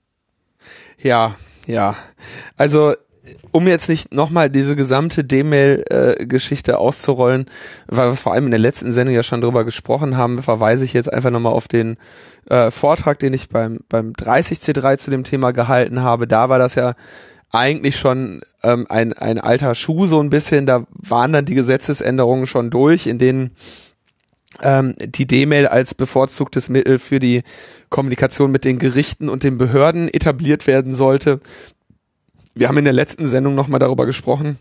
Ja, ja. Also um jetzt nicht nochmal diese gesamte D-Mail-Geschichte äh, auszurollen, weil wir vor allem in der letzten Sendung ja schon drüber gesprochen haben, verweise ich jetzt einfach nochmal auf den äh, Vortrag, den ich beim beim dreißig C drei zu dem Thema gehalten habe. Da war das ja eigentlich schon ähm, ein ein alter Schuh so ein bisschen. Da waren dann die Gesetzesänderungen schon durch, in denen ähm, die D-Mail als bevorzugtes Mittel für die Kommunikation mit den Gerichten und den Behörden etabliert werden sollte. Wir haben in der letzten Sendung nochmal darüber gesprochen,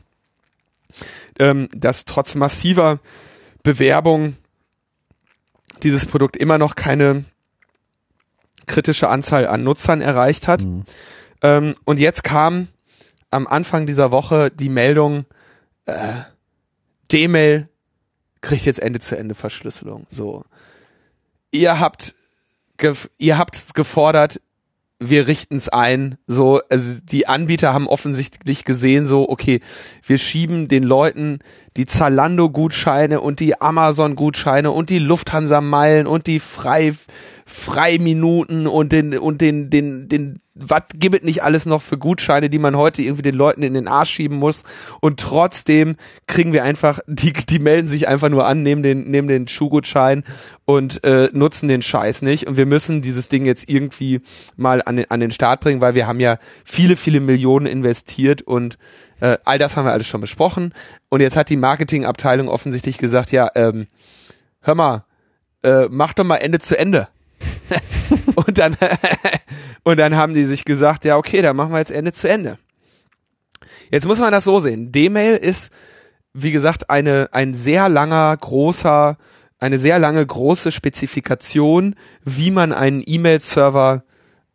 ähm, dass trotz massiver Bewerbung dieses Produkt immer noch keine kritische Anzahl an Nutzern erreicht hat. Mhm. Ähm, und jetzt kam am Anfang dieser Woche die Meldung, äh, D-Mail kriegt jetzt Ende-zu-Ende-Verschlüsselung. So, ihr habt, gef- ihr habt gefordert, wir richten es ein, so, also die Anbieter haben offensichtlich gesehen, so, okay, wir schieben den Leuten die Zalando-Gutscheine und die Amazon-Gutscheine und die Lufthansa-Meilen und die Frei, Freiminuten und den, und den, den, den, was gibt es nicht alles noch für Gutscheine, die man heute irgendwie den Leuten in den Arsch schieben muss, und trotzdem kriegen wir einfach, die, die melden sich einfach nur an, nehmen den, nehmen den Schuhgutschein und äh, nutzen den Scheiß nicht, und wir müssen dieses Ding jetzt irgendwie mal an den, an den Start bringen, weil wir haben ja viele, viele Millionen investiert und äh, all das haben wir alles schon besprochen, und jetzt hat die Marketingabteilung offensichtlich gesagt, ja, ähm, hör mal, äh, mach doch mal Ende zu Ende. und dann und dann haben die sich gesagt, ja okay, dann machen wir jetzt Ende zu Ende. Jetzt muss man das so sehen. D-Mail ist, wie gesagt, eine ein sehr langer, großer, eine sehr lange, große Spezifikation, wie man einen E-Mail-Server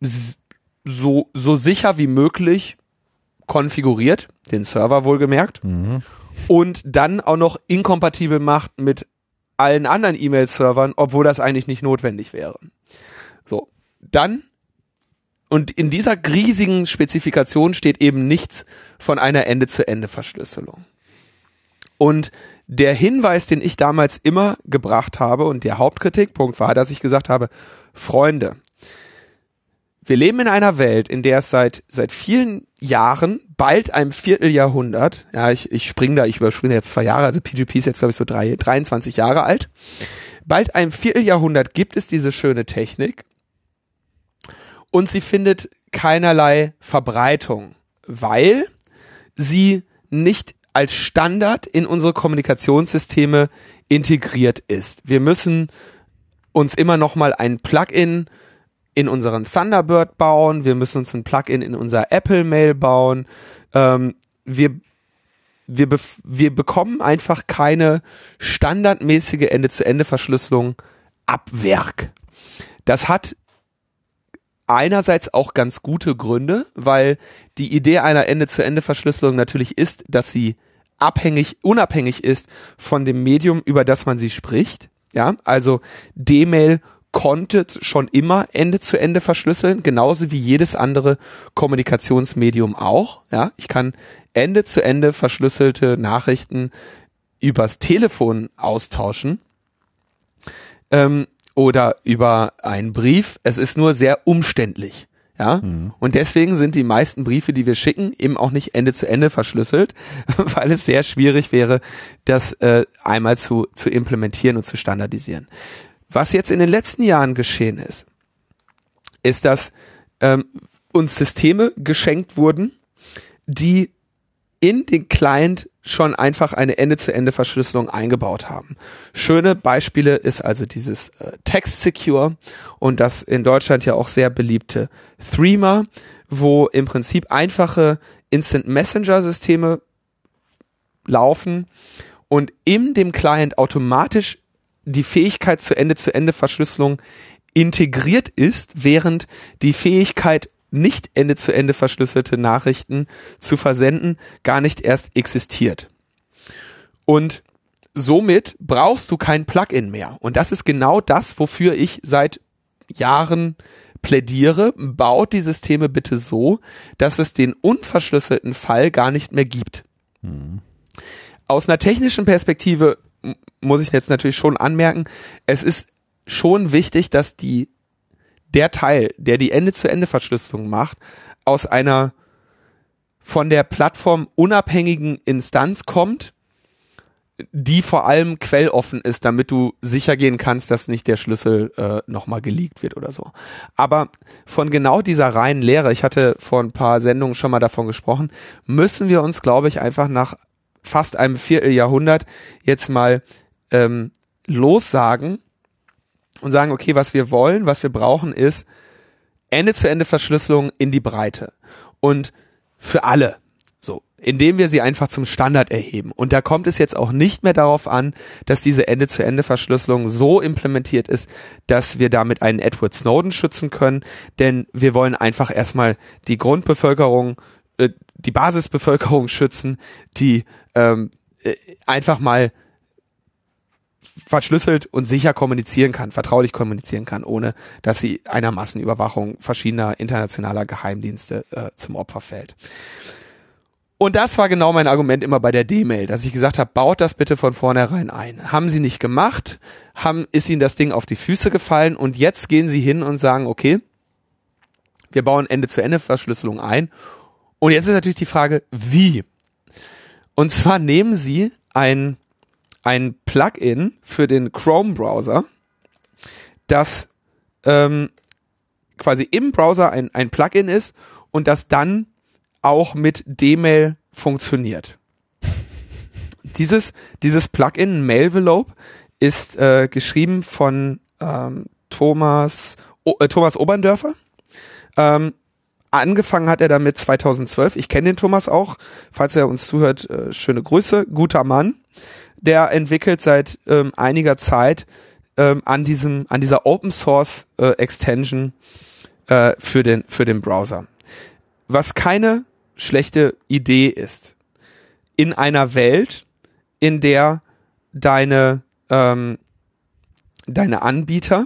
so so sicher wie möglich konfiguriert, den Server wohlgemerkt, mhm. und dann auch noch inkompatibel macht mit allen anderen E-Mail-Servern, obwohl das eigentlich nicht notwendig wäre. So, dann, und in dieser riesigen Spezifikation steht eben nichts von einer Ende-zu-Ende-Verschlüsselung. Und der Hinweis, den ich damals immer gebracht habe, und der Hauptkritikpunkt war, dass ich gesagt habe, Freunde, wir leben in einer Welt, in der es seit seit vielen Jahren, bald einem Vierteljahrhundert, ja, ich, ich springe da, ich überspringe jetzt zwei Jahre, also P G P ist jetzt, glaube ich, so drei, dreiundzwanzig Jahre alt, bald einem Vierteljahrhundert gibt es diese schöne Technik, und sie findet keinerlei Verbreitung, weil sie nicht als Standard in unsere Kommunikationssysteme integriert ist. Wir müssen uns immer noch mal ein Plugin in unseren Thunderbird bauen, wir müssen uns ein Plugin in unser Apple Mail bauen, ähm, wir wir, bef- wir bekommen einfach keine standardmäßige Ende-zu-Ende-Verschlüsselung ab Werk. Das hat einerseits auch ganz gute Gründe, weil die Idee einer Ende-zu-Ende-Verschlüsselung natürlich ist, dass sie abhängig, unabhängig ist von dem Medium, über das man sie spricht. Ja, also D-Mail konnte schon immer Ende-zu-Ende verschlüsseln, genauso wie jedes andere Kommunikationsmedium auch. Ja, ich kann Ende-zu-Ende verschlüsselte Nachrichten übers Telefon austauschen. ähm, oder über einen Brief. Es ist nur sehr umständlich. Ja, mhm. Und deswegen sind die meisten Briefe, die wir schicken, eben auch nicht Ende zu Ende verschlüsselt, weil es sehr schwierig wäre, das äh, einmal zu, zu implementieren und zu standardisieren. Was jetzt in den letzten Jahren geschehen ist, ist, dass ähm, uns Systeme geschenkt wurden, die in den Client schon einfach eine Ende-zu-Ende-Verschlüsselung eingebaut haben. Schöne Beispiele ist also dieses äh, Text Secure und das in Deutschland ja auch sehr beliebte Threema, wo im Prinzip einfache Instant-Messenger-Systeme laufen und in dem Client automatisch die Fähigkeit zur Ende-zu-Ende-Verschlüsselung integriert ist, während die Fähigkeit, nicht Ende-zu-Ende verschlüsselte Nachrichten zu versenden, gar nicht erst existiert. Und somit brauchst du kein Plugin mehr. Und das ist genau das, wofür ich seit Jahren plädiere. Baut die Systeme bitte so, dass es den unverschlüsselten Fall gar nicht mehr gibt. Mhm. Aus einer technischen Perspektive muss ich jetzt natürlich schon anmerken, es ist schon wichtig, dass die der Teil, der die Ende-zu-Ende-Verschlüsselung macht, aus einer von der Plattform unabhängigen Instanz kommt, die vor allem quelloffen ist, damit du sicher gehen kannst, dass nicht der Schlüssel äh, nochmal geleakt wird oder so. Aber von genau dieser reinen Lehre, ich hatte vor ein paar Sendungen schon mal davon gesprochen, müssen wir uns, glaube ich, einfach nach fast einem Vierteljahrhundert jetzt mal ähm, lossagen und sagen, okay, was wir wollen, was wir brauchen, ist Ende-zu-Ende-Verschlüsselung in die Breite. Und für alle. So, indem wir sie einfach zum Standard erheben. Und da kommt es jetzt auch nicht mehr darauf an, dass diese Ende-zu-Ende-Verschlüsselung so implementiert ist, dass wir damit einen Edward Snowden schützen können. Denn wir wollen einfach erstmal die Grundbevölkerung, äh, die Basisbevölkerung schützen, die ähm, äh, einfach mal verschlüsselt und sicher kommunizieren kann, vertraulich kommunizieren kann, ohne dass sie einer Massenüberwachung verschiedener internationaler Geheimdienste äh, zum Opfer fällt. Und das war genau mein Argument immer bei der D-Mail, dass ich gesagt habe, baut das bitte von vornherein ein. Haben sie nicht gemacht, haben, ist ihnen das Ding auf die Füße gefallen und jetzt gehen sie hin und sagen, okay, wir bauen Ende-zu-Ende-Verschlüsselung ein. Und jetzt ist natürlich die Frage, wie? Und zwar nehmen sie ein ein Plugin für den Chrome-Browser, das ähm, quasi im Browser ein, ein Plugin ist und das dann auch mit D-Mail funktioniert. Dieses, dieses Plugin Mailvelope ist äh, geschrieben von ähm, Thomas, o, äh, Thomas Oberndörfer. Ähm, angefangen hat er damit zweitausendzwölf. Ich kenne den Thomas auch. Falls er uns zuhört, äh, schöne Grüße. Guter Mann. Der entwickelt seit ähm, einiger Zeit ähm, an diesem, an dieser Open Source äh, Extension äh, für den, für den Browser. Was keine schlechte Idee ist. In einer Welt, in der deine, ähm, deine Anbieter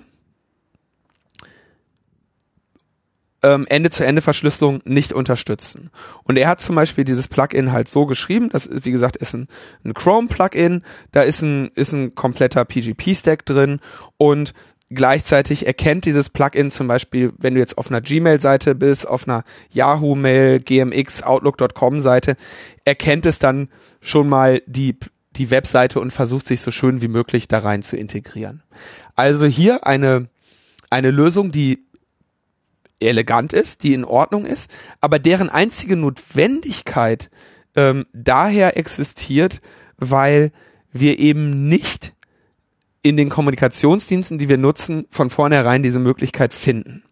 ähm, Ende-zu-Ende-Verschlüsselung nicht unterstützen. Und er hat zum Beispiel dieses Plugin halt so geschrieben, das ist, wie gesagt, ist ein, ein Chrome-Plugin, da ist ein, ist ein kompletter P G P-Stack drin und gleichzeitig erkennt dieses Plugin zum Beispiel, wenn du jetzt auf einer Gmail-Seite bist, auf einer Yahoo-Mail, G M X, Outlook Punkt com-Seite, erkennt es dann schon mal die, die Webseite und versucht sich so schön wie möglich da rein zu integrieren. Also hier eine, eine Lösung, die elegant ist, die in Ordnung ist, aber deren einzige Notwendigkeit ähm, daher existiert, weil wir eben nicht in den Kommunikationsdiensten, die wir nutzen, von vornherein diese Möglichkeit finden.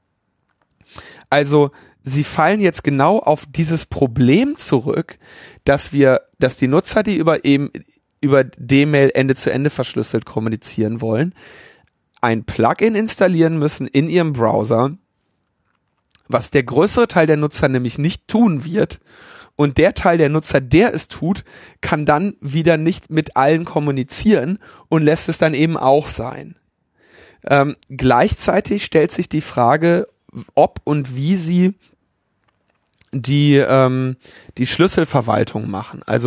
Also sie fallen jetzt genau auf dieses Problem zurück, dass wir, dass die Nutzer, die über eben über D-Mail Ende zu Ende verschlüsselt kommunizieren wollen, ein Plugin installieren müssen in ihrem Browser, was der größere Teil der Nutzer nämlich nicht tun wird. Und der Teil der Nutzer, der es tut, kann dann wieder nicht mit allen kommunizieren und lässt es dann eben auch sein. Ähm, gleichzeitig stellt sich die Frage, ob und wie sie die, ähm, die Schlüsselverwaltung machen. Also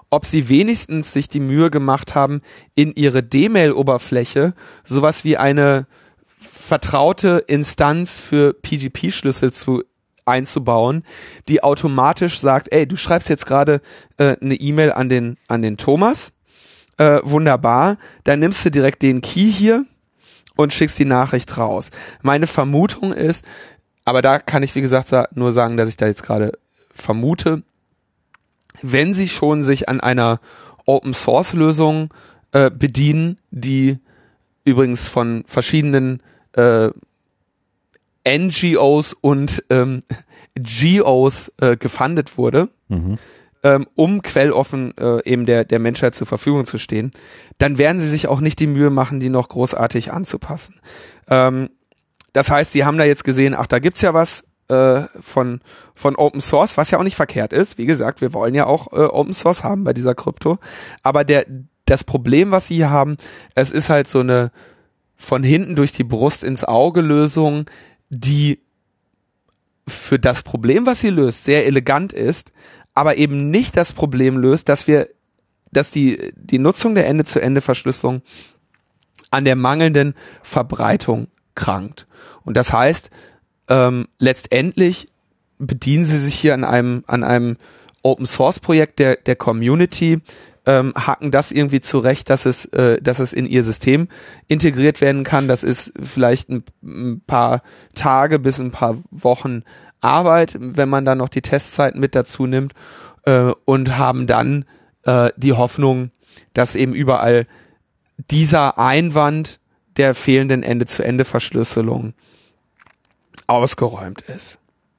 ob sie wenigstens sich die Mühe gemacht haben, in ihre D-Mail-Oberfläche sowas wie eine vertraute Instanz für P G P-Schlüssel zu einzubauen, die automatisch sagt, ey, du schreibst jetzt gerade äh, eine E-Mail an den an den Thomas, äh, wunderbar, dann nimmst du direkt den Key hier und schickst die Nachricht raus. Meine Vermutung ist, aber da kann ich wie gesagt sa- nur sagen, dass ich da jetzt gerade vermute, wenn sie schon sich an einer Open-Source-Lösung äh, bedienen, die übrigens von verschiedenen äh, N G Os und ähm, G Os äh, gefundet wurde, Mhm. ähm, um quelloffen äh, eben der, der Menschheit zur Verfügung zu stehen, dann werden sie sich auch nicht die Mühe machen, die noch großartig anzupassen. Ähm, das heißt, sie haben da jetzt gesehen, ach, da gibt's ja was äh, von, von Open Source, was ja auch nicht verkehrt ist. Wie gesagt, wir wollen ja auch äh, Open Source haben bei dieser Krypto. Aber der, das Problem, was sie hier haben, es ist halt so eine von hinten durch die Brust ins Auge Lösung, die für das Problem, was sie löst, sehr elegant ist, aber eben nicht das Problem löst, dass wir, dass die, die Nutzung der Ende-zu-Ende-Verschlüsselung an der mangelnden Verbreitung krankt. Und das heißt, ähm, letztendlich bedienen sie sich hier an einem, an einem Open-Source-Projekt der, der Community, ähm, hacken das irgendwie zurecht, dass es, äh, dass es in ihr System integriert werden kann. Das ist vielleicht ein, ein paar Tage bis ein paar Wochen Arbeit, wenn man dann noch die Testzeit mit dazu nimmt, äh, und haben dann äh, die Hoffnung, dass eben überall dieser Einwand der fehlenden Ende-zu-Ende-Verschlüsselung ausgeräumt ist.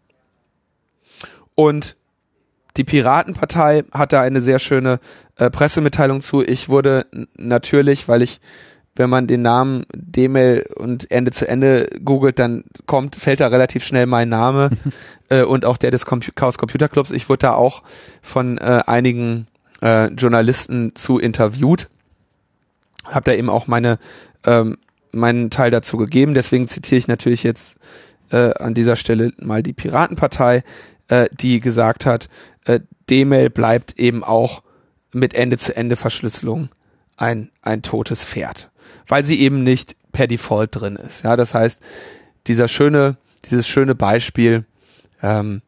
Und die Piratenpartei hat da eine sehr schöne äh, Pressemitteilung zu. Ich wurde n- natürlich, weil ich, wenn man den Namen D-Mail und Ende zu Ende googelt, dann kommt, fällt da relativ schnell mein Name äh, und auch der des Compu- Chaos Computer Clubs. Ich wurde da auch von äh, einigen äh, Journalisten zu interviewt. Hab da eben auch meine ähm, meinen Teil dazu gegeben. Deswegen zitiere ich natürlich jetzt äh, an dieser Stelle mal die Piratenpartei, äh, die gesagt hat, äh, D-Mail bleibt eben auch mit Ende-zu-Ende-Verschlüsselung ein ein totes Pferd, weil sie eben nicht per Default drin ist. Ja, das heißt, dieser schöne, dieses schöne Beispiel, ähm,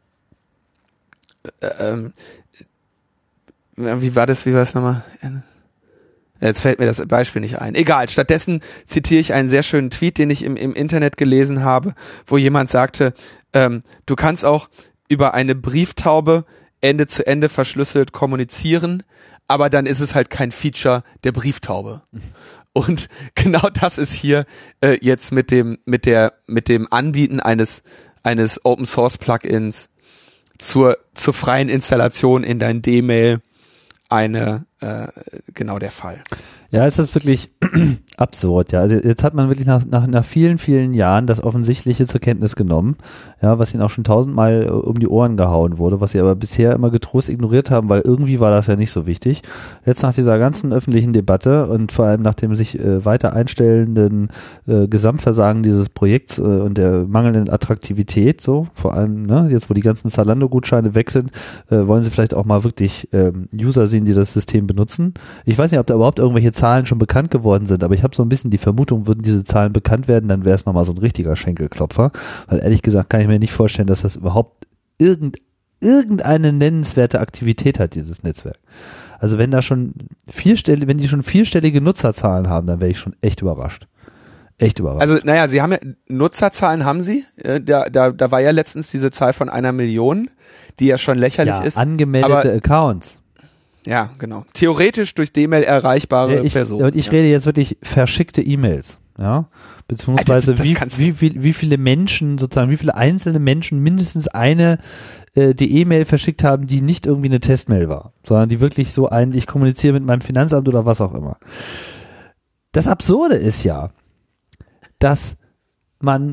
äh, ähm, wie war das, wie war das nochmal? Jetzt fällt mir das Beispiel nicht ein. Egal, stattdessen zitiere ich einen sehr schönen Tweet, den ich im, im Internet gelesen habe, wo jemand sagte, ähm, du kannst auch über eine Brieftaube Ende zu Ende verschlüsselt kommunizieren, aber dann ist es halt kein Feature der Brieftaube. Und genau das ist hier äh, jetzt mit dem mit der mit dem Anbieten eines eines Open Source Plugins zur zur freien Installation in dein D-Mail eine äh, genau der Fall. Ja, es ist wirklich absurd, ja. Also jetzt hat man wirklich nach, nach, nach vielen, vielen Jahren das Offensichtliche zur Kenntnis genommen, ja, was ihnen auch schon tausendmal äh, um die Ohren gehauen wurde, was sie aber bisher immer getrost ignoriert haben, weil irgendwie war das ja nicht so wichtig. Jetzt nach dieser ganzen öffentlichen Debatte und vor allem nach dem sich äh, weiter einstellenden äh, Gesamtversagen dieses Projekts äh, und der mangelnden Attraktivität, so vor allem, ne, jetzt wo die ganzen Zalando-Gutscheine weg sind, äh, wollen sie vielleicht auch mal wirklich ähm, User sehen, die das System benutzen. Ich weiß nicht, ob da überhaupt irgendwelche Zahlen schon bekannt geworden sind, aber ich habe so ein bisschen die Vermutung, würden diese Zahlen bekannt werden, dann wäre es nochmal so ein richtiger Schenkelklopfer, weil ehrlich gesagt kann ich mir nicht vorstellen, dass das überhaupt irgend, irgendeine nennenswerte Aktivität hat, dieses Netzwerk. Also wenn da schon vierstellige, wenn die schon vierstellige Nutzerzahlen haben, dann wäre ich schon echt überrascht. Echt überrascht. Also naja, sie haben ja, Nutzerzahlen haben sie, äh, da, da, da war ja letztens diese Zahl von einer Million, die ja schon lächerlich ja, ist. angemeldete aber, Accounts. Ja, genau. Theoretisch durch D-Mail erreichbare Ja, ich, Personen. und ich ja. rede jetzt wirklich verschickte E-Mails, ja, beziehungsweise Alter, das wie, kannst du- wie, wie, wie viele Menschen, sozusagen, wie viele einzelne Menschen mindestens eine äh, die E-Mail verschickt haben, die nicht irgendwie eine Testmail war, sondern die wirklich so ein, ich kommuniziere mit meinem Finanzamt oder was auch immer. Das Absurde ist ja, dass man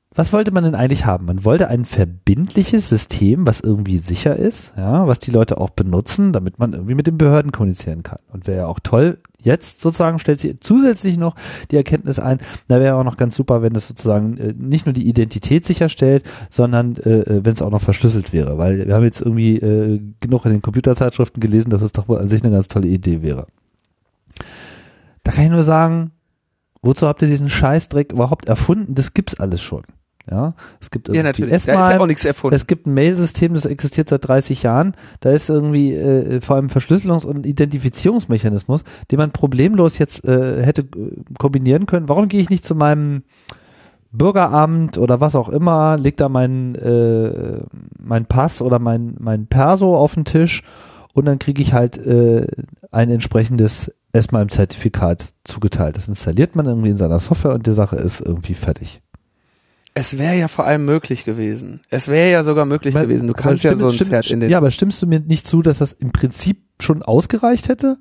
was wollte man denn eigentlich haben? Man wollte ein verbindliches System, was irgendwie sicher ist, ja, was die Leute auch benutzen, damit man irgendwie mit den Behörden kommunizieren kann. Und wäre ja auch toll, jetzt sozusagen stellt sie zusätzlich noch die Erkenntnis ein, da wäre auch noch ganz super, wenn es sozusagen äh, nicht nur die Identität sicherstellt, sondern äh, wenn es auch noch verschlüsselt wäre, weil wir haben jetzt irgendwie äh, genug in den Computerzeitschriften gelesen, dass es doch wohl an sich eine ganz tolle Idee wäre. Da kann ich nur sagen, wozu habt ihr diesen Scheißdreck überhaupt erfunden? Das gibt's alles schon. Ja, es gibt ja, irgendwie natürlich. S-Mal, da ist ja auch nichts erfunden. Es gibt ein Mailsystem, das existiert seit dreißig Jahren. Da ist irgendwie äh, vor allem Verschlüsselungs- und Identifizierungsmechanismus, den man problemlos jetzt äh, hätte äh, kombinieren können. Warum gehe ich nicht zu meinem Bürgeramt oder was auch immer, leg da mein äh, mein Pass oder mein mein Perso auf den Tisch und dann kriege ich halt äh, ein entsprechendes S-Mal im Zertifikat zugeteilt. Das installiert man irgendwie in seiner Software und die Sache ist irgendwie fertig. Es wäre ja vor allem möglich gewesen. Es wäre ja sogar möglich aber, gewesen. Du kannst ja stimmt, so ein stimmt, Zert in den... Ja, aber stimmst du mir nicht zu, dass das im Prinzip schon ausgereicht hätte?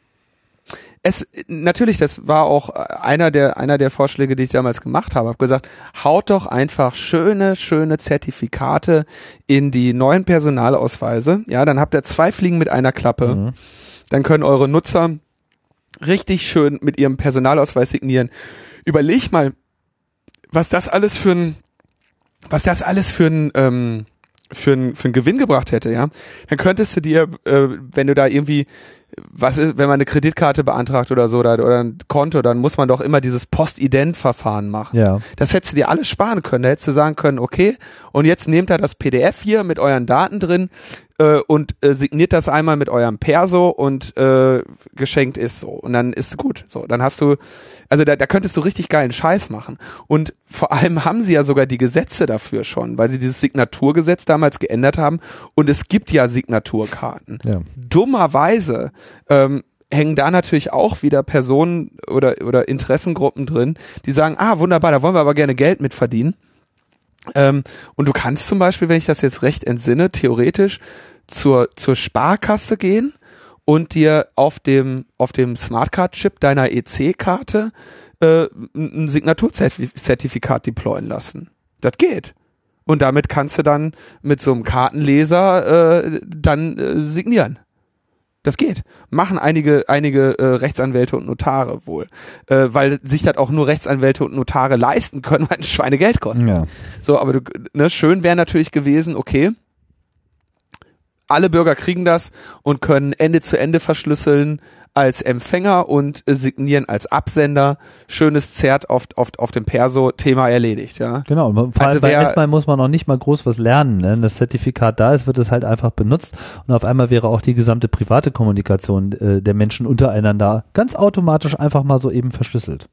Es, natürlich, das war auch einer der, einer der Vorschläge, die ich damals gemacht habe. Ich habe gesagt, haut doch einfach schöne, schöne Zertifikate in die neuen Personalausweise. Ja, dann habt ihr zwei Fliegen mit einer Klappe. Mhm. Dann können eure Nutzer richtig schön mit ihrem Personalausweis signieren. Überleg mal, was das alles für ein, was das alles für ein, ähm, für ein, für ein Gewinn gebracht hätte, ja. Dann könntest du dir, äh, wenn du da irgendwie, was ist, wenn man eine Kreditkarte beantragt oder so, oder, oder ein Konto, dann muss man doch immer dieses Postident-Verfahren machen. Ja. Das hättest du dir alles sparen können. Da hättest du sagen können, okay, und jetzt nehmt ihr das P D F hier mit euren Daten drin äh, und äh, signiert das einmal mit eurem Perso und äh, geschenkt ist so. Und dann ist gut. So, dann hast du, also da, da könntest du richtig geilen Scheiß machen. Und vor allem haben sie ja sogar die Gesetze dafür schon, weil sie dieses Signaturgesetz damals geändert haben. Und es gibt ja Signaturkarten. Ja. Dummerweise ähm, hängen da natürlich auch wieder Personen oder, oder Interessengruppen drin, die sagen, ah, wunderbar, da wollen wir aber gerne Geld mit verdienen. Ähm, und du kannst zum Beispiel, wenn ich das jetzt recht entsinne, theoretisch zur, zur Sparkasse gehen und dir auf dem, auf dem Smartcard-Chip deiner E C-Karte äh, ein Signaturzertifikat deployen lassen. Das geht. Und damit kannst du dann mit so einem Kartenleser äh, dann äh, signieren. Das geht. Machen einige einige äh, Rechtsanwälte und Notare wohl. Äh, weil sich das auch nur Rechtsanwälte und Notare leisten können, weil es Schweinegeld kostet. Ja. So, aber du, ne, schön wäre natürlich gewesen, okay, alle Bürger kriegen das und können Ende zu Ende verschlüsseln als Empfänger und äh, signieren als Absender. Schönes Zert auf, auf, auf dem Perso, Thema erledigt, ja. Genau, und vor allem Also bei wer- S-Mal muss man noch nicht mal groß was lernen. Ne? Wenn das Zertifikat da ist, wird es halt einfach benutzt und auf einmal wäre auch die gesamte private Kommunikation äh, der Menschen untereinander ganz automatisch einfach mal so eben verschlüsselt.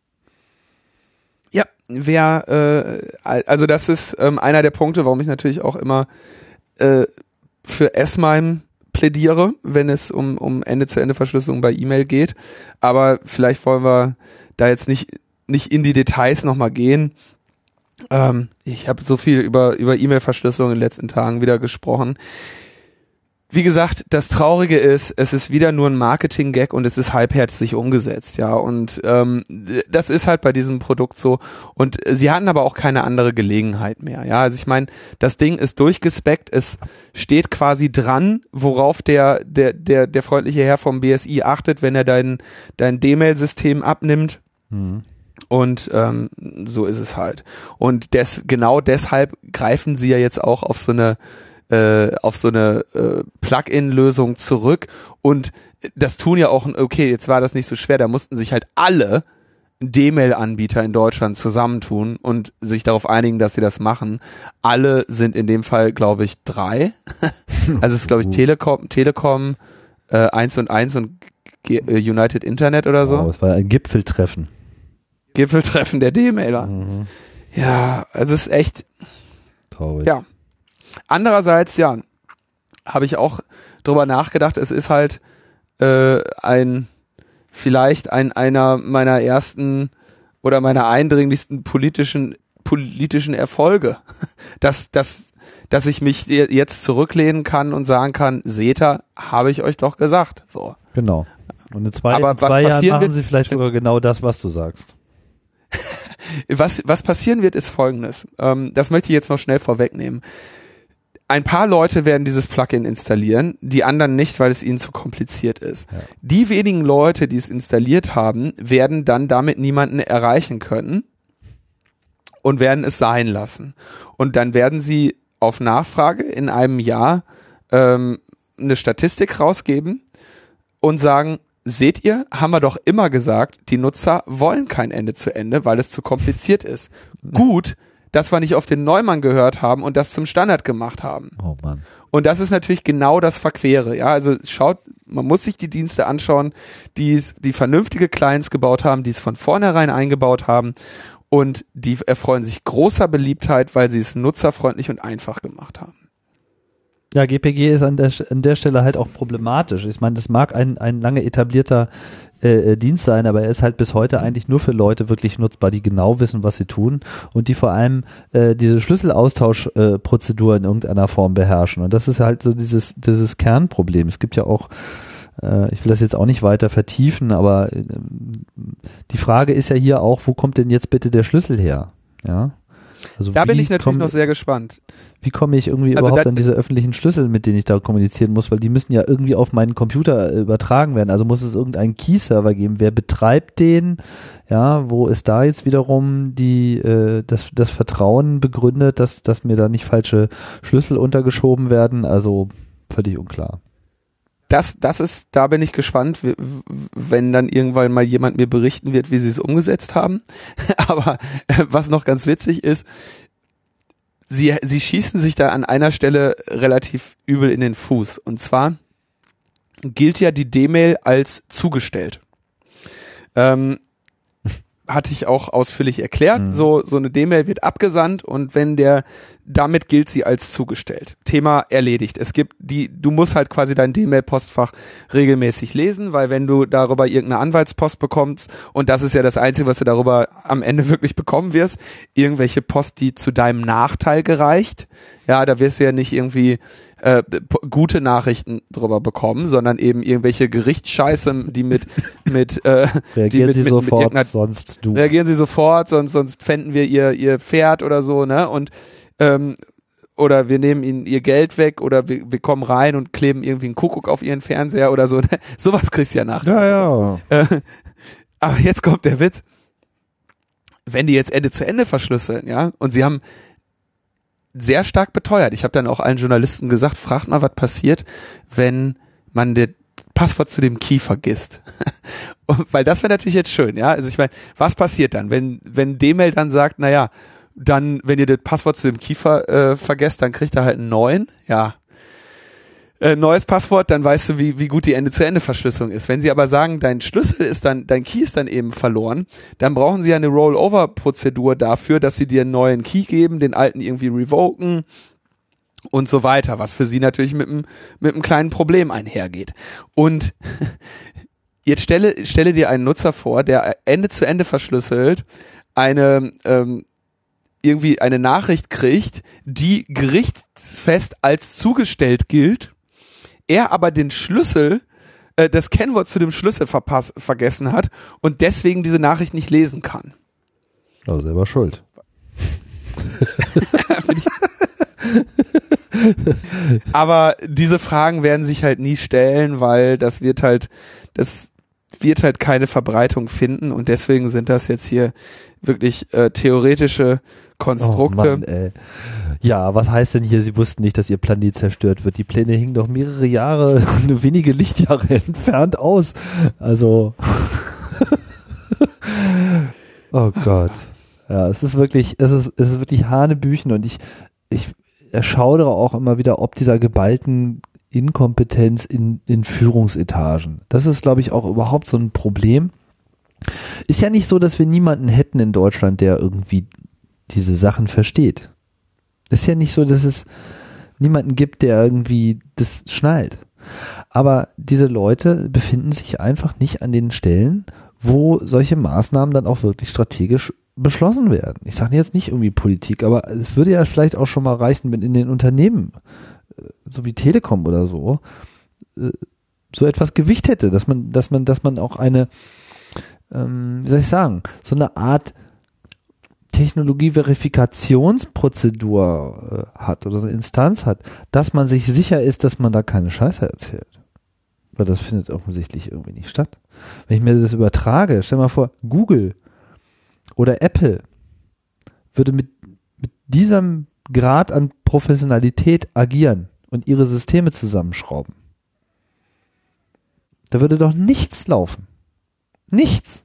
Ja, wer, äh, also das ist ähm, einer der Punkte, warum ich natürlich auch immer äh, für S-MIME plädiere, wenn es um, um Ende-zu-Ende-Verschlüsselung bei E-Mail geht. Aber vielleicht wollen wir da jetzt nicht, nicht in die Details nochmal gehen. Ähm, ich habe so viel über, über E-Mail-Verschlüsselung in den letzten Tagen wieder gesprochen. Wie gesagt, das Traurige ist, es ist wieder nur ein Marketing-Gag und es ist halbherzig umgesetzt, ja, und ähm, das ist halt bei diesem Produkt so und sie hatten aber auch keine andere Gelegenheit mehr, ja, also ich meine, das Ding ist durchgespeckt, es steht quasi dran, worauf der der der der freundliche Herr vom B S I achtet, wenn er dein dein D-Mail-System abnimmt. Mhm. Und ähm, so ist es halt. Und des, genau deshalb greifen sie ja jetzt auch auf so eine äh, auf so eine äh, Plugin-Lösung zurück. Und das tun ja auch, okay, jetzt war das nicht so schwer, da mussten sich halt alle D-Mail-Anbieter in Deutschland zusammentun und sich darauf einigen, dass sie das machen. Alle sind in dem Fall, glaube ich, drei. Also es ist, glaube ich, Telekom, Telekom äh, eins und eins und G- äh, United Internet oder so. Wow, es war ein Gipfeltreffen. Gipfeltreffen der D-Mailer. Mhm. Ja, also es ist echt, Traurig. ja. Andererseits, ja, habe ich auch drüber nachgedacht, es ist halt äh, ein, vielleicht ein einer meiner ersten oder meiner eindringlichsten politischen politischen Erfolge, dass, dass, dass ich mich jetzt zurücklehnen kann und sagen kann, seht ihr, habe ich euch doch gesagt. So. Genau. Und in zwei, Aber in zwei was Jahren passieren machen wird- sie vielleicht sogar genau das, was du sagst. Was, was passieren wird, ist Folgendes. Ähm, das möchte ich jetzt noch schnell vorwegnehmen. Ein paar Leute werden dieses Plugin installieren, die anderen nicht, weil es ihnen zu kompliziert ist. Ja. Die wenigen Leute, die es installiert haben, werden dann damit niemanden erreichen können und werden es sein lassen. Und dann werden sie auf Nachfrage in einem Jahr ähm, eine Statistik rausgeben und sagen, seht ihr, haben wir doch immer gesagt, die Nutzer wollen kein Ende zu Ende, weil es zu kompliziert ist. Gut, dass wir nicht auf den Neumann gehört haben und das zum Standard gemacht haben. Oh Mann. Und das ist natürlich genau das Verquere. Ja, also schaut, man muss sich die Dienste anschauen, die die vernünftige Clients gebaut haben, die es von vornherein eingebaut haben und die erfreuen sich großer Beliebtheit, weil sie es nutzerfreundlich und einfach gemacht haben. Ja, G P G ist an der, an der Stelle halt auch problematisch. Ich meine, das mag ein, ein lange etablierter äh, Dienst sein, aber er ist halt bis heute eigentlich nur für Leute wirklich nutzbar, die genau wissen, was sie tun und die vor allem äh, diese Schlüsselaustauschprozedur äh, in irgendeiner Form beherrschen. Und das ist halt so dieses, dieses Kernproblem. Es gibt ja auch, äh, ich will das jetzt auch nicht weiter vertiefen, aber äh, die Frage ist ja hier auch, wo kommt denn jetzt bitte der Schlüssel her? Ja. Also da bin ich natürlich komm, noch sehr gespannt. Wie komme ich irgendwie also überhaupt da, an diese öffentlichen Schlüssel, mit denen ich da kommunizieren muss, weil die müssen ja irgendwie auf meinen Computer übertragen werden. Also muss es irgendeinen Key-Server geben. Wer betreibt den? Ja, wo ist da jetzt wiederum die äh, das das Vertrauen begründet, dass dass mir da nicht falsche Schlüssel untergeschoben werden? Also völlig unklar. Das, das ist, da bin ich gespannt, wenn dann irgendwann mal jemand mir berichten wird, wie sie es umgesetzt haben. Aber was noch ganz witzig ist, sie, sie schießen sich da an einer Stelle relativ übel in den Fuß. Und zwar gilt ja die D-Mail als zugestellt. Ähm, hatte ich auch ausführlich erklärt. Mhm. So, so eine D-Mail wird abgesandt und wenn der, damit gilt sie als zugestellt. Thema erledigt. Es gibt die, du musst halt quasi dein D-Mail-Postfach regelmäßig lesen, weil wenn du darüber irgendeine Anwaltspost bekommst, und das ist ja das Einzige, was du darüber am Ende wirklich bekommen wirst, irgendwelche Post, die zu deinem Nachteil gereicht, ja, da wirst du ja nicht irgendwie Äh, gute Nachrichten drüber bekommen, sondern eben irgendwelche Gerichtsscheiße, die mit mit äh, reagieren die mit, Sie mit, sofort, mit sonst du reagieren Sie sofort, sonst sonst pfänden wir ihr ihr Pferd oder so, ne? Und ähm, oder wir nehmen ihnen ihr Geld weg oder wir, wir kommen rein und kleben irgendwie einen Kuckuck auf ihren Fernseher oder so. Ne? Sowas kriegst du ja nach. Ja, ja. Äh, aber jetzt kommt der Witz. Wenn die jetzt Ende zu Ende verschlüsseln, ja, und sie haben sehr stark beteuert. Ich habe dann auch allen Journalisten gesagt, fragt mal, was passiert, wenn man das Passwort zu dem Key vergisst. Weil das wäre natürlich jetzt schön, ja. Also ich meine, was passiert dann, wenn wenn D-Mail dann sagt, naja, dann, wenn ihr das Passwort zu dem Key ver, äh, vergesst, dann kriegt ihr halt einen neuen, ja. Äh, neues Passwort, dann weißt du, wie, wie gut die Ende-zu-Ende-Verschlüsselung ist. Wenn sie aber sagen, dein Schlüssel ist dann, dein Key ist dann eben verloren, dann brauchen sie ja eine Rollover-Prozedur dafür, dass sie dir einen neuen Key geben, den alten irgendwie revoken und so weiter, was für sie natürlich mit einem, mit einem kleinen Problem einhergeht. Und jetzt stelle, stelle dir einen Nutzer vor, der Ende-zu-Ende verschlüsselt eine, ähm, irgendwie eine Nachricht kriegt, die gerichtsfest als zugestellt gilt, er aber den Schlüssel, äh, das Kennwort zu dem Schlüssel verpass, vergessen hat und deswegen diese Nachricht nicht lesen kann. Also selber schuld. Aber diese Fragen werden sich halt nie stellen, weil das wird halt, das wird halt keine Verbreitung finden und deswegen sind das jetzt hier wirklich äh, theoretische Konstrukte. Oh Mann, ey. Ja, was heißt denn hier, sie wussten nicht, dass ihr Planet zerstört wird? Die Pläne hingen doch mehrere Jahre, nur wenige Lichtjahre entfernt aus. Also, oh Gott. Ja, es ist wirklich, es ist, es ist wirklich Hanebüchen und ich, ich erschaudere auch immer wieder, ob dieser geballten Inkompetenz in, in Führungsetagen. Das ist, glaube ich, auch überhaupt so ein Problem. Ist ja nicht so, dass wir niemanden hätten in Deutschland, der irgendwie diese Sachen versteht. Ist ja nicht so, dass es niemanden gibt, der irgendwie das schnallt. Aber diese Leute befinden sich einfach nicht an den Stellen, wo solche Maßnahmen dann auch wirklich strategisch beschlossen werden. Ich sage jetzt nicht irgendwie Politik, aber es würde ja vielleicht auch schon mal reichen, wenn in den Unternehmen, so wie Telekom oder so, so etwas Gewicht hätte, dass man, dass man, dass man auch eine, ähm, wie soll ich sagen, so eine Art Technologie-Verifikationsprozedur äh, hat oder so eine Instanz hat, dass man sich sicher ist, dass man da keine Scheiße erzählt. Weil das findet offensichtlich irgendwie nicht statt. Wenn ich mir das übertrage, stell mal vor, Google oder Apple würde mit, mit diesem Grad an Professionalität agieren und ihre Systeme zusammenschrauben. Da würde doch nichts laufen. Nichts.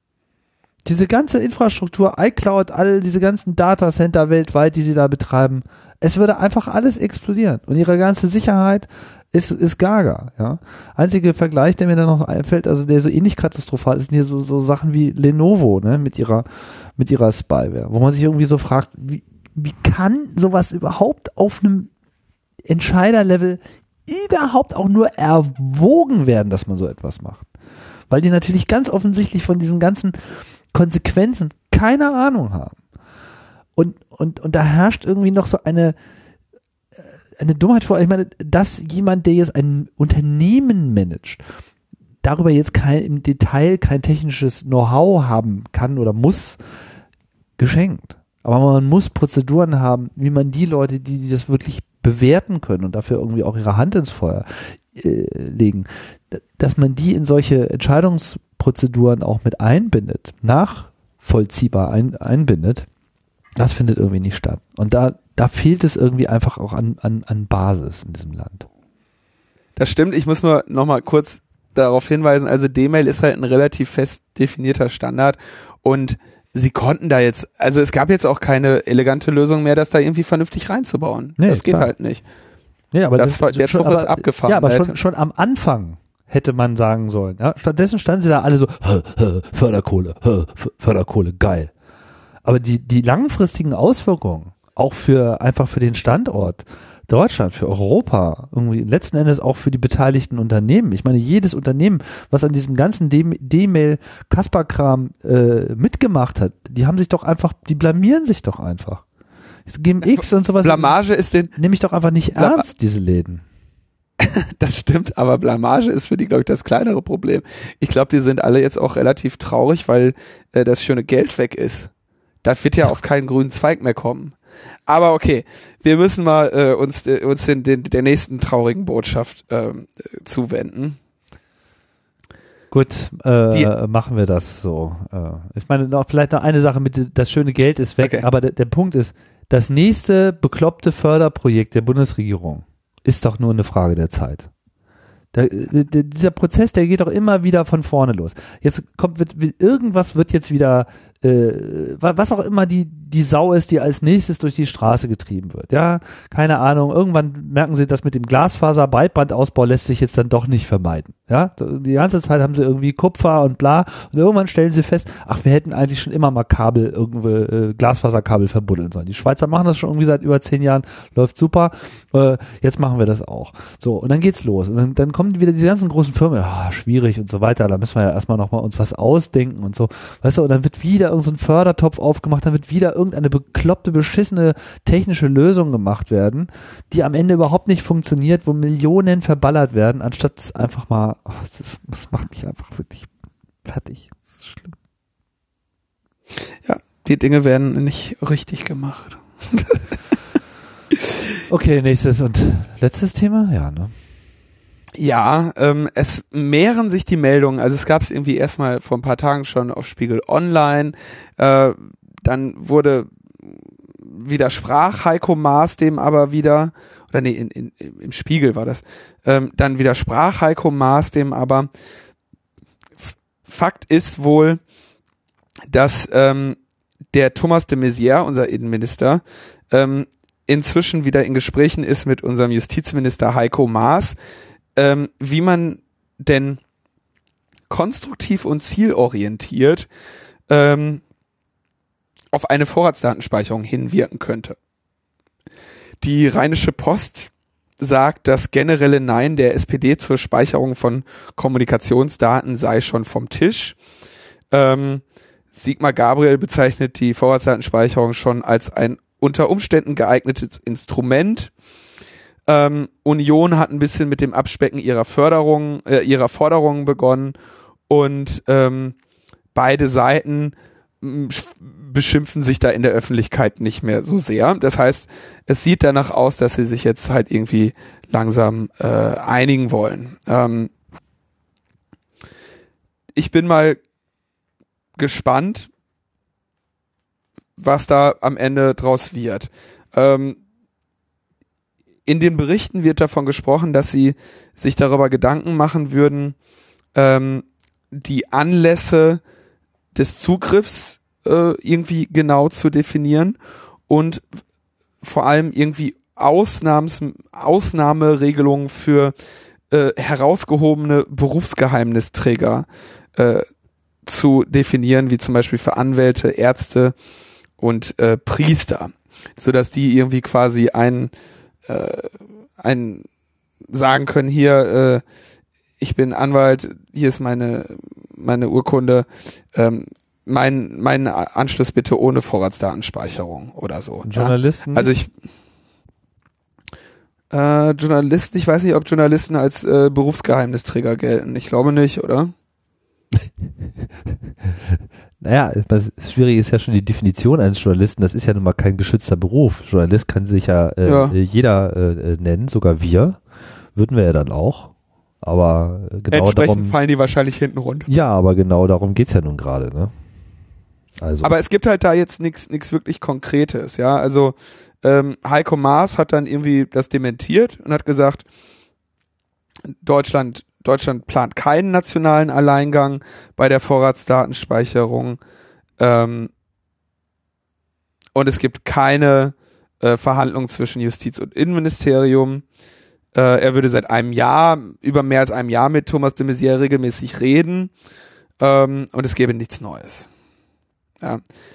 Diese ganze Infrastruktur, iCloud, all diese ganzen Datacenter weltweit, die sie da betreiben, es würde einfach alles explodieren. Und ihre ganze Sicherheit ist, ist gaga, ja. Einziger Vergleich, der mir da noch einfällt, also der so ähnlich katastrophal ist, sind hier so, so Sachen wie Lenovo, ne, mit ihrer, mit ihrer Spyware, wo man sich irgendwie so fragt, wie, wie kann sowas überhaupt auf einem Entscheiderlevel überhaupt auch nur erwogen werden, dass man so etwas macht? Weil die natürlich ganz offensichtlich von diesen ganzen Konsequenzen keine Ahnung haben. Und, und, und da herrscht irgendwie noch so eine, eine Dummheit vor. Ich meine, dass jemand, der jetzt ein Unternehmen managt, darüber jetzt kein, im Detail kein technisches Know-how haben kann oder muss, geschenkt. Aber man muss Prozeduren haben, wie man die Leute, die, die das wirklich bewerten können und dafür irgendwie auch ihre Hand ins Feuer äh, legen, dass man die in solche Entscheidungsprozeduren auch mit einbindet, nachvollziehbar ein, einbindet, das findet irgendwie nicht statt. Und da, da fehlt es irgendwie einfach auch an, an, an Basis in diesem Land. Das stimmt, ich muss nur noch mal kurz darauf hinweisen, also D-Mail ist halt ein relativ fest definierter Standard und sie konnten da jetzt, also es gab jetzt auch keine elegante Lösung mehr, das da irgendwie vernünftig reinzubauen. Nee, das geht klar. halt nicht. Ja, aber das, das der Zug ist abgefahren. Ja, aber schon, schon am Anfang hätte man sagen sollen. Ja? Stattdessen standen sie da alle so, hö, hö, Förderkohle, hö, Förderkohle, geil. Aber die, die langfristigen Auswirkungen, auch für, einfach für den Standort Deutschland, für Europa, irgendwie letzten Endes auch für die beteiligten Unternehmen. Ich meine, jedes Unternehmen, was an diesem ganzen D-Mail-Kasper-Kram äh, mitgemacht hat, die haben sich doch einfach, die blamieren sich doch einfach. G M X und sowas. Blamage ist den... Nehme ich doch einfach nicht Blam- ernst, diese Läden. Das stimmt, aber Blamage ist für die, glaube ich, das kleinere Problem. Ich glaube, die sind alle jetzt auch relativ traurig, weil äh, das schöne Geld weg ist. Da wird ja auf keinen grünen Zweig mehr kommen. Aber okay, wir müssen mal äh, uns, äh, uns den, den, der nächsten traurigen Botschaft äh, zuwenden. Gut, äh, machen wir das so. Äh, ich meine, noch vielleicht noch eine Sache mit, das schöne Geld ist weg, Okay. aber der, der Punkt ist, das nächste bekloppte Förderprojekt der Bundesregierung ist doch nur eine Frage der Zeit. Da, der, dieser Prozess, der geht doch immer wieder von vorne los. Jetzt kommt, wird, irgendwas wird jetzt wieder, äh, was auch immer die, die Sau ist, die als nächstes durch die Straße getrieben wird. Ja, keine Ahnung. Irgendwann merken sie, dass mit dem Glasfaser-Breitbandausbau lässt sich jetzt dann doch nicht vermeiden. Ja, die ganze Zeit haben sie irgendwie Kupfer und bla. Und irgendwann stellen sie fest, ach, wir hätten eigentlich schon immer mal Kabel, irgendwie äh, Glasfaserkabel verbuddeln sollen. Die Schweizer machen das schon irgendwie seit über zehn Jahren, läuft super. Äh, jetzt machen wir das auch. So, und dann geht's los. Und dann, dann kommen wieder diese ganzen großen Firmen, ja, schwierig und so weiter. Da müssen wir ja erstmal nochmal uns was ausdenken und so. Weißt du, und dann wird wieder irgend so ein Fördertopf aufgemacht, dann wird wieder irgendeine bekloppte, beschissene technische Lösung gemacht werden, die am Ende überhaupt nicht funktioniert, wo Millionen verballert werden, anstatt einfach mal, oh, das, ist, das macht mich einfach wirklich fertig. Das ist schlimm. Ja, die Dinge werden nicht richtig gemacht. Okay, nächstes und letztes Thema? Ja, ne? Ja, ähm, es mehren sich die Meldungen. Also es gab es irgendwie erstmal vor ein paar Tagen schon auf Spiegel Online. Äh, dann wurde widersprach Heiko Maas dem aber wieder, oder nee, in, in, im Spiegel war das. Ähm, dann widersprach Heiko Maas dem aber. F- Fakt ist wohl, dass ähm, der Thomas de Maizière, unser Innenminister, ähm, inzwischen wieder in Gesprächen ist mit unserem Justizminister Heiko Maas, ähm, wie man denn konstruktiv und zielorientiert ähm, auf eine Vorratsdatenspeicherung hinwirken könnte. Die Rheinische Post sagt, das generelle Nein der S P D zur Speicherung von Kommunikationsdaten sei schon vom Tisch. Ähm, Sigmar Gabriel bezeichnet die Vorratsdatenspeicherung schon als ein unter Umständen geeignetes Instrument. Ähm, Union hat ein bisschen mit dem Abspecken ihrer Förderung, äh, ihrer Forderungen begonnen und ähm, beide Seiten beschimpfen sich da in der Öffentlichkeit nicht mehr so sehr. Das heißt, es sieht danach aus, dass sie sich jetzt halt irgendwie langsam äh, einigen wollen. Ähm, ich bin mal gespannt, was da am Ende draus wird. Ähm, in den Berichten wird davon gesprochen, dass sie sich darüber Gedanken machen würden, ähm, die Anlässe des Zugriffs äh, irgendwie genau zu definieren und vor allem irgendwie Ausnahms Ausnahmeregelungen für äh, herausgehobene Berufsgeheimnisträger äh, zu definieren, wie zum Beispiel für Anwälte, Ärzte und äh, Priester, sodass die irgendwie quasi ein, äh, ein sagen können, hier, äh, ich bin Anwalt, hier ist meine meine Urkunde, ähm, mein mein Anschluss bitte ohne Vorratsdatenspeicherung oder so. Journalisten? Ja? Also ich äh, Journalisten, ich weiß nicht, ob Journalisten als äh, Berufsgeheimnisträger gelten. Ich glaube nicht, oder? Naja, das Schwierige ist ja schon die Definition eines Journalisten. Das ist ja nun mal kein geschützter Beruf. Journalist kann sich ja, äh, ja. jeder äh, nennen, sogar wir. Würden wir ja dann auch. Aber genau Entsprechend darum fallen die wahrscheinlich hinten runter. Ja, aber genau darum geht's ja nun gerade, ne? Also. Aber es gibt halt da jetzt nichts nichts wirklich Konkretes, ja. Also ähm, Heiko Maas hat dann irgendwie das dementiert und hat gesagt, Deutschland Deutschland plant keinen nationalen Alleingang bei der Vorratsdatenspeicherung ähm, und es gibt keine äh, Verhandlungen zwischen Justiz und Innenministerium. Äh, er würde seit einem Jahr, über mehr als einem Jahr mit Thomas de Maizière regelmäßig reden ähm, und es gäbe nichts Neues. Ja.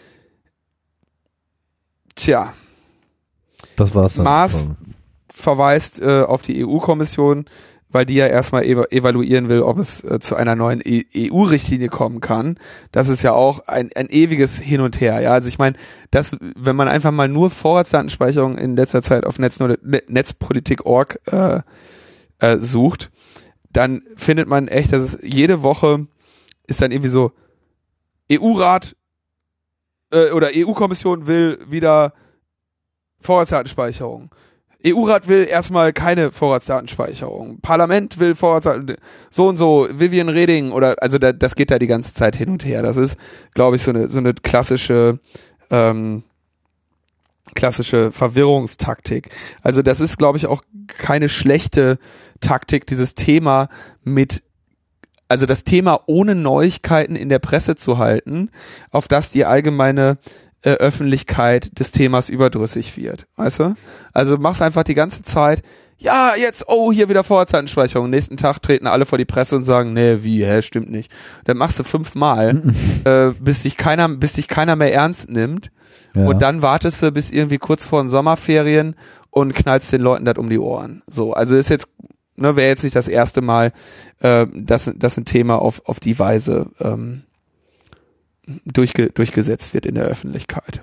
Tja. Das war's dann. Maas verweist äh, auf die E U-Kommission, weil die ja erstmal ev- evaluieren will, ob es äh, zu einer neuen e- E U-Richtlinie kommen kann. Das ist ja auch ein, ein ewiges Hin und Her. Ja, also ich meine, das, wenn man einfach mal nur Vorratsdatenspeicherung in letzter Zeit auf Netz, netzpolitik punkt org äh, äh, sucht, dann findet man echt, dass es jede Woche ist dann irgendwie so E U-Rat äh, oder E U-Kommission will wieder Vorratsdatenspeicherung. E U-Rat will erstmal keine Vorratsdatenspeicherung. Parlament will Vorratsdaten, so und so, Vivian Reding oder, also da, das geht da die ganze Zeit hin und her. Das ist, glaube ich, so eine, so eine klassische, ähm, klassische Verwirrungstaktik. Also das ist, glaube ich, auch keine schlechte Taktik, dieses Thema mit, also das Thema ohne Neuigkeiten in der Presse zu halten, auf das die allgemeine äh, Öffentlichkeit des Themas überdrüssig wird. Weißt du? Also mach's einfach die ganze Zeit, ja, jetzt, oh, hier wieder Vorratsdatenspeicherung. Nächsten Tag treten alle vor die Presse und sagen, nee, wie, hä, stimmt nicht. Dann machst du fünfmal, äh, bis dich keiner, bis dich keiner mehr ernst nimmt. Ja. Und dann wartest du bis irgendwie kurz vor den Sommerferien und knallst den Leuten das um die Ohren. So, also ist jetzt, ne, wäre jetzt nicht das erste Mal, äh, dass, dass ein Thema auf, auf die Weise ähm, durchge, durchgesetzt wird in der Öffentlichkeit.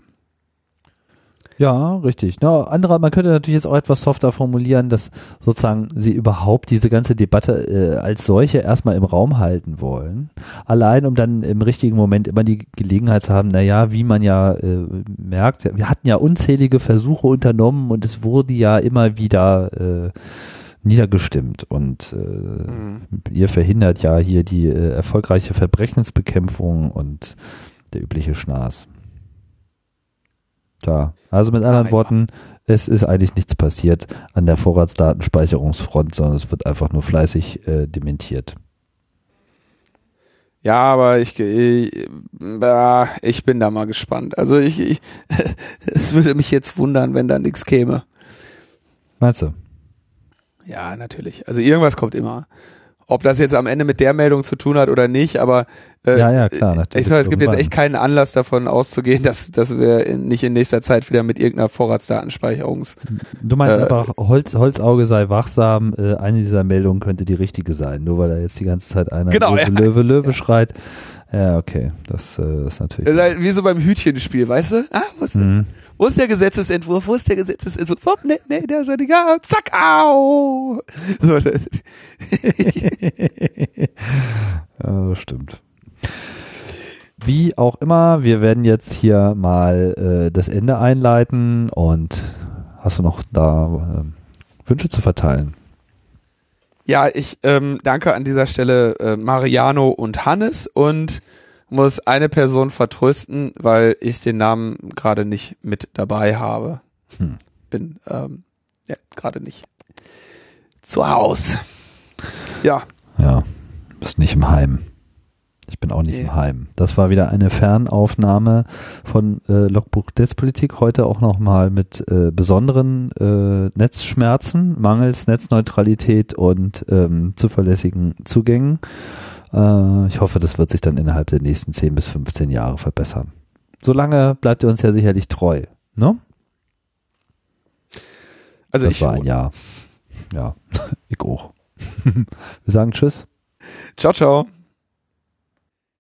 Ja, richtig. Na, andere, man könnte natürlich jetzt auch etwas softer formulieren, dass sozusagen sie überhaupt diese ganze Debatte äh, als solche erstmal im Raum halten wollen. Allein, um dann im richtigen Moment immer die Gelegenheit zu haben, naja, wie man ja äh, merkt, wir hatten ja unzählige Versuche unternommen und es wurde ja immer wieder äh, niedergestimmt und äh, mhm. ihr verhindert ja hier die äh, erfolgreiche Verbrechensbekämpfung und der übliche Schnaß. Da. Also mit anderen Nein. Worten, es ist eigentlich nichts passiert an der Vorratsdatenspeicherungsfront, sondern es wird einfach nur fleißig äh, dementiert. Ja, aber ich, ich, ich bin da mal gespannt. Also ich, ich es würde mich jetzt wundern, wenn da nichts käme. Meinst du? Ja, natürlich. Also irgendwas kommt immer. Ob das jetzt am Ende mit der Meldung zu tun hat oder nicht, aber äh, ja, ja, klar, natürlich. Ich meine, es gibt jetzt echt keinen Anlass davon auszugehen, dass, dass wir in, nicht in nächster Zeit wieder mit irgendeiner Vorratsdatenspeicherungs... Du meinst äh, einfach, Holz, Holzauge sei wachsam, äh, eine dieser Meldungen könnte die richtige sein, nur weil da jetzt die ganze Zeit einer genau, Löwe, ja. Löwe, Löwe ja. schreit. Ja, okay, das äh, ist natürlich... Wie so beim Hütchenspiel, weißt du? Ah, wo ist, mhm. wo ist der Gesetzesentwurf? Wo ist der Gesetzesentwurf? Oh, nee, nee, der ist ja nicht da. Zack, au! So, das ja, das stimmt. wie auch immer, wir werden jetzt hier mal äh, das Ende einleiten und hast du noch da äh, Wünsche zu verteilen? Ja, ich ähm, danke an dieser Stelle äh, Mariano und Hannes und muss eine Person vertrösten, weil ich den Namen gerade nicht mit dabei habe. Hm. Bin ähm, ja, gerade nicht zu Hause. Ja. Ja, bist nicht im Heim. Ich bin auch nicht nee. im Heim. Das war wieder eine Fernaufnahme von äh, Logbuch Netzpolitik. Heute auch nochmal mit äh, besonderen äh, Netzschmerzen, mangels Netzneutralität und ähm, zuverlässigen Zugängen. Äh, ich hoffe, das wird sich dann innerhalb der nächsten zehn bis fünfzehn Jahre verbessern. Solange bleibt ihr uns ja sicherlich treu, ne? Also das ich war schon. ein Jahr. Ja, ich auch. Wir sagen Tschüss. Ciao, ciao.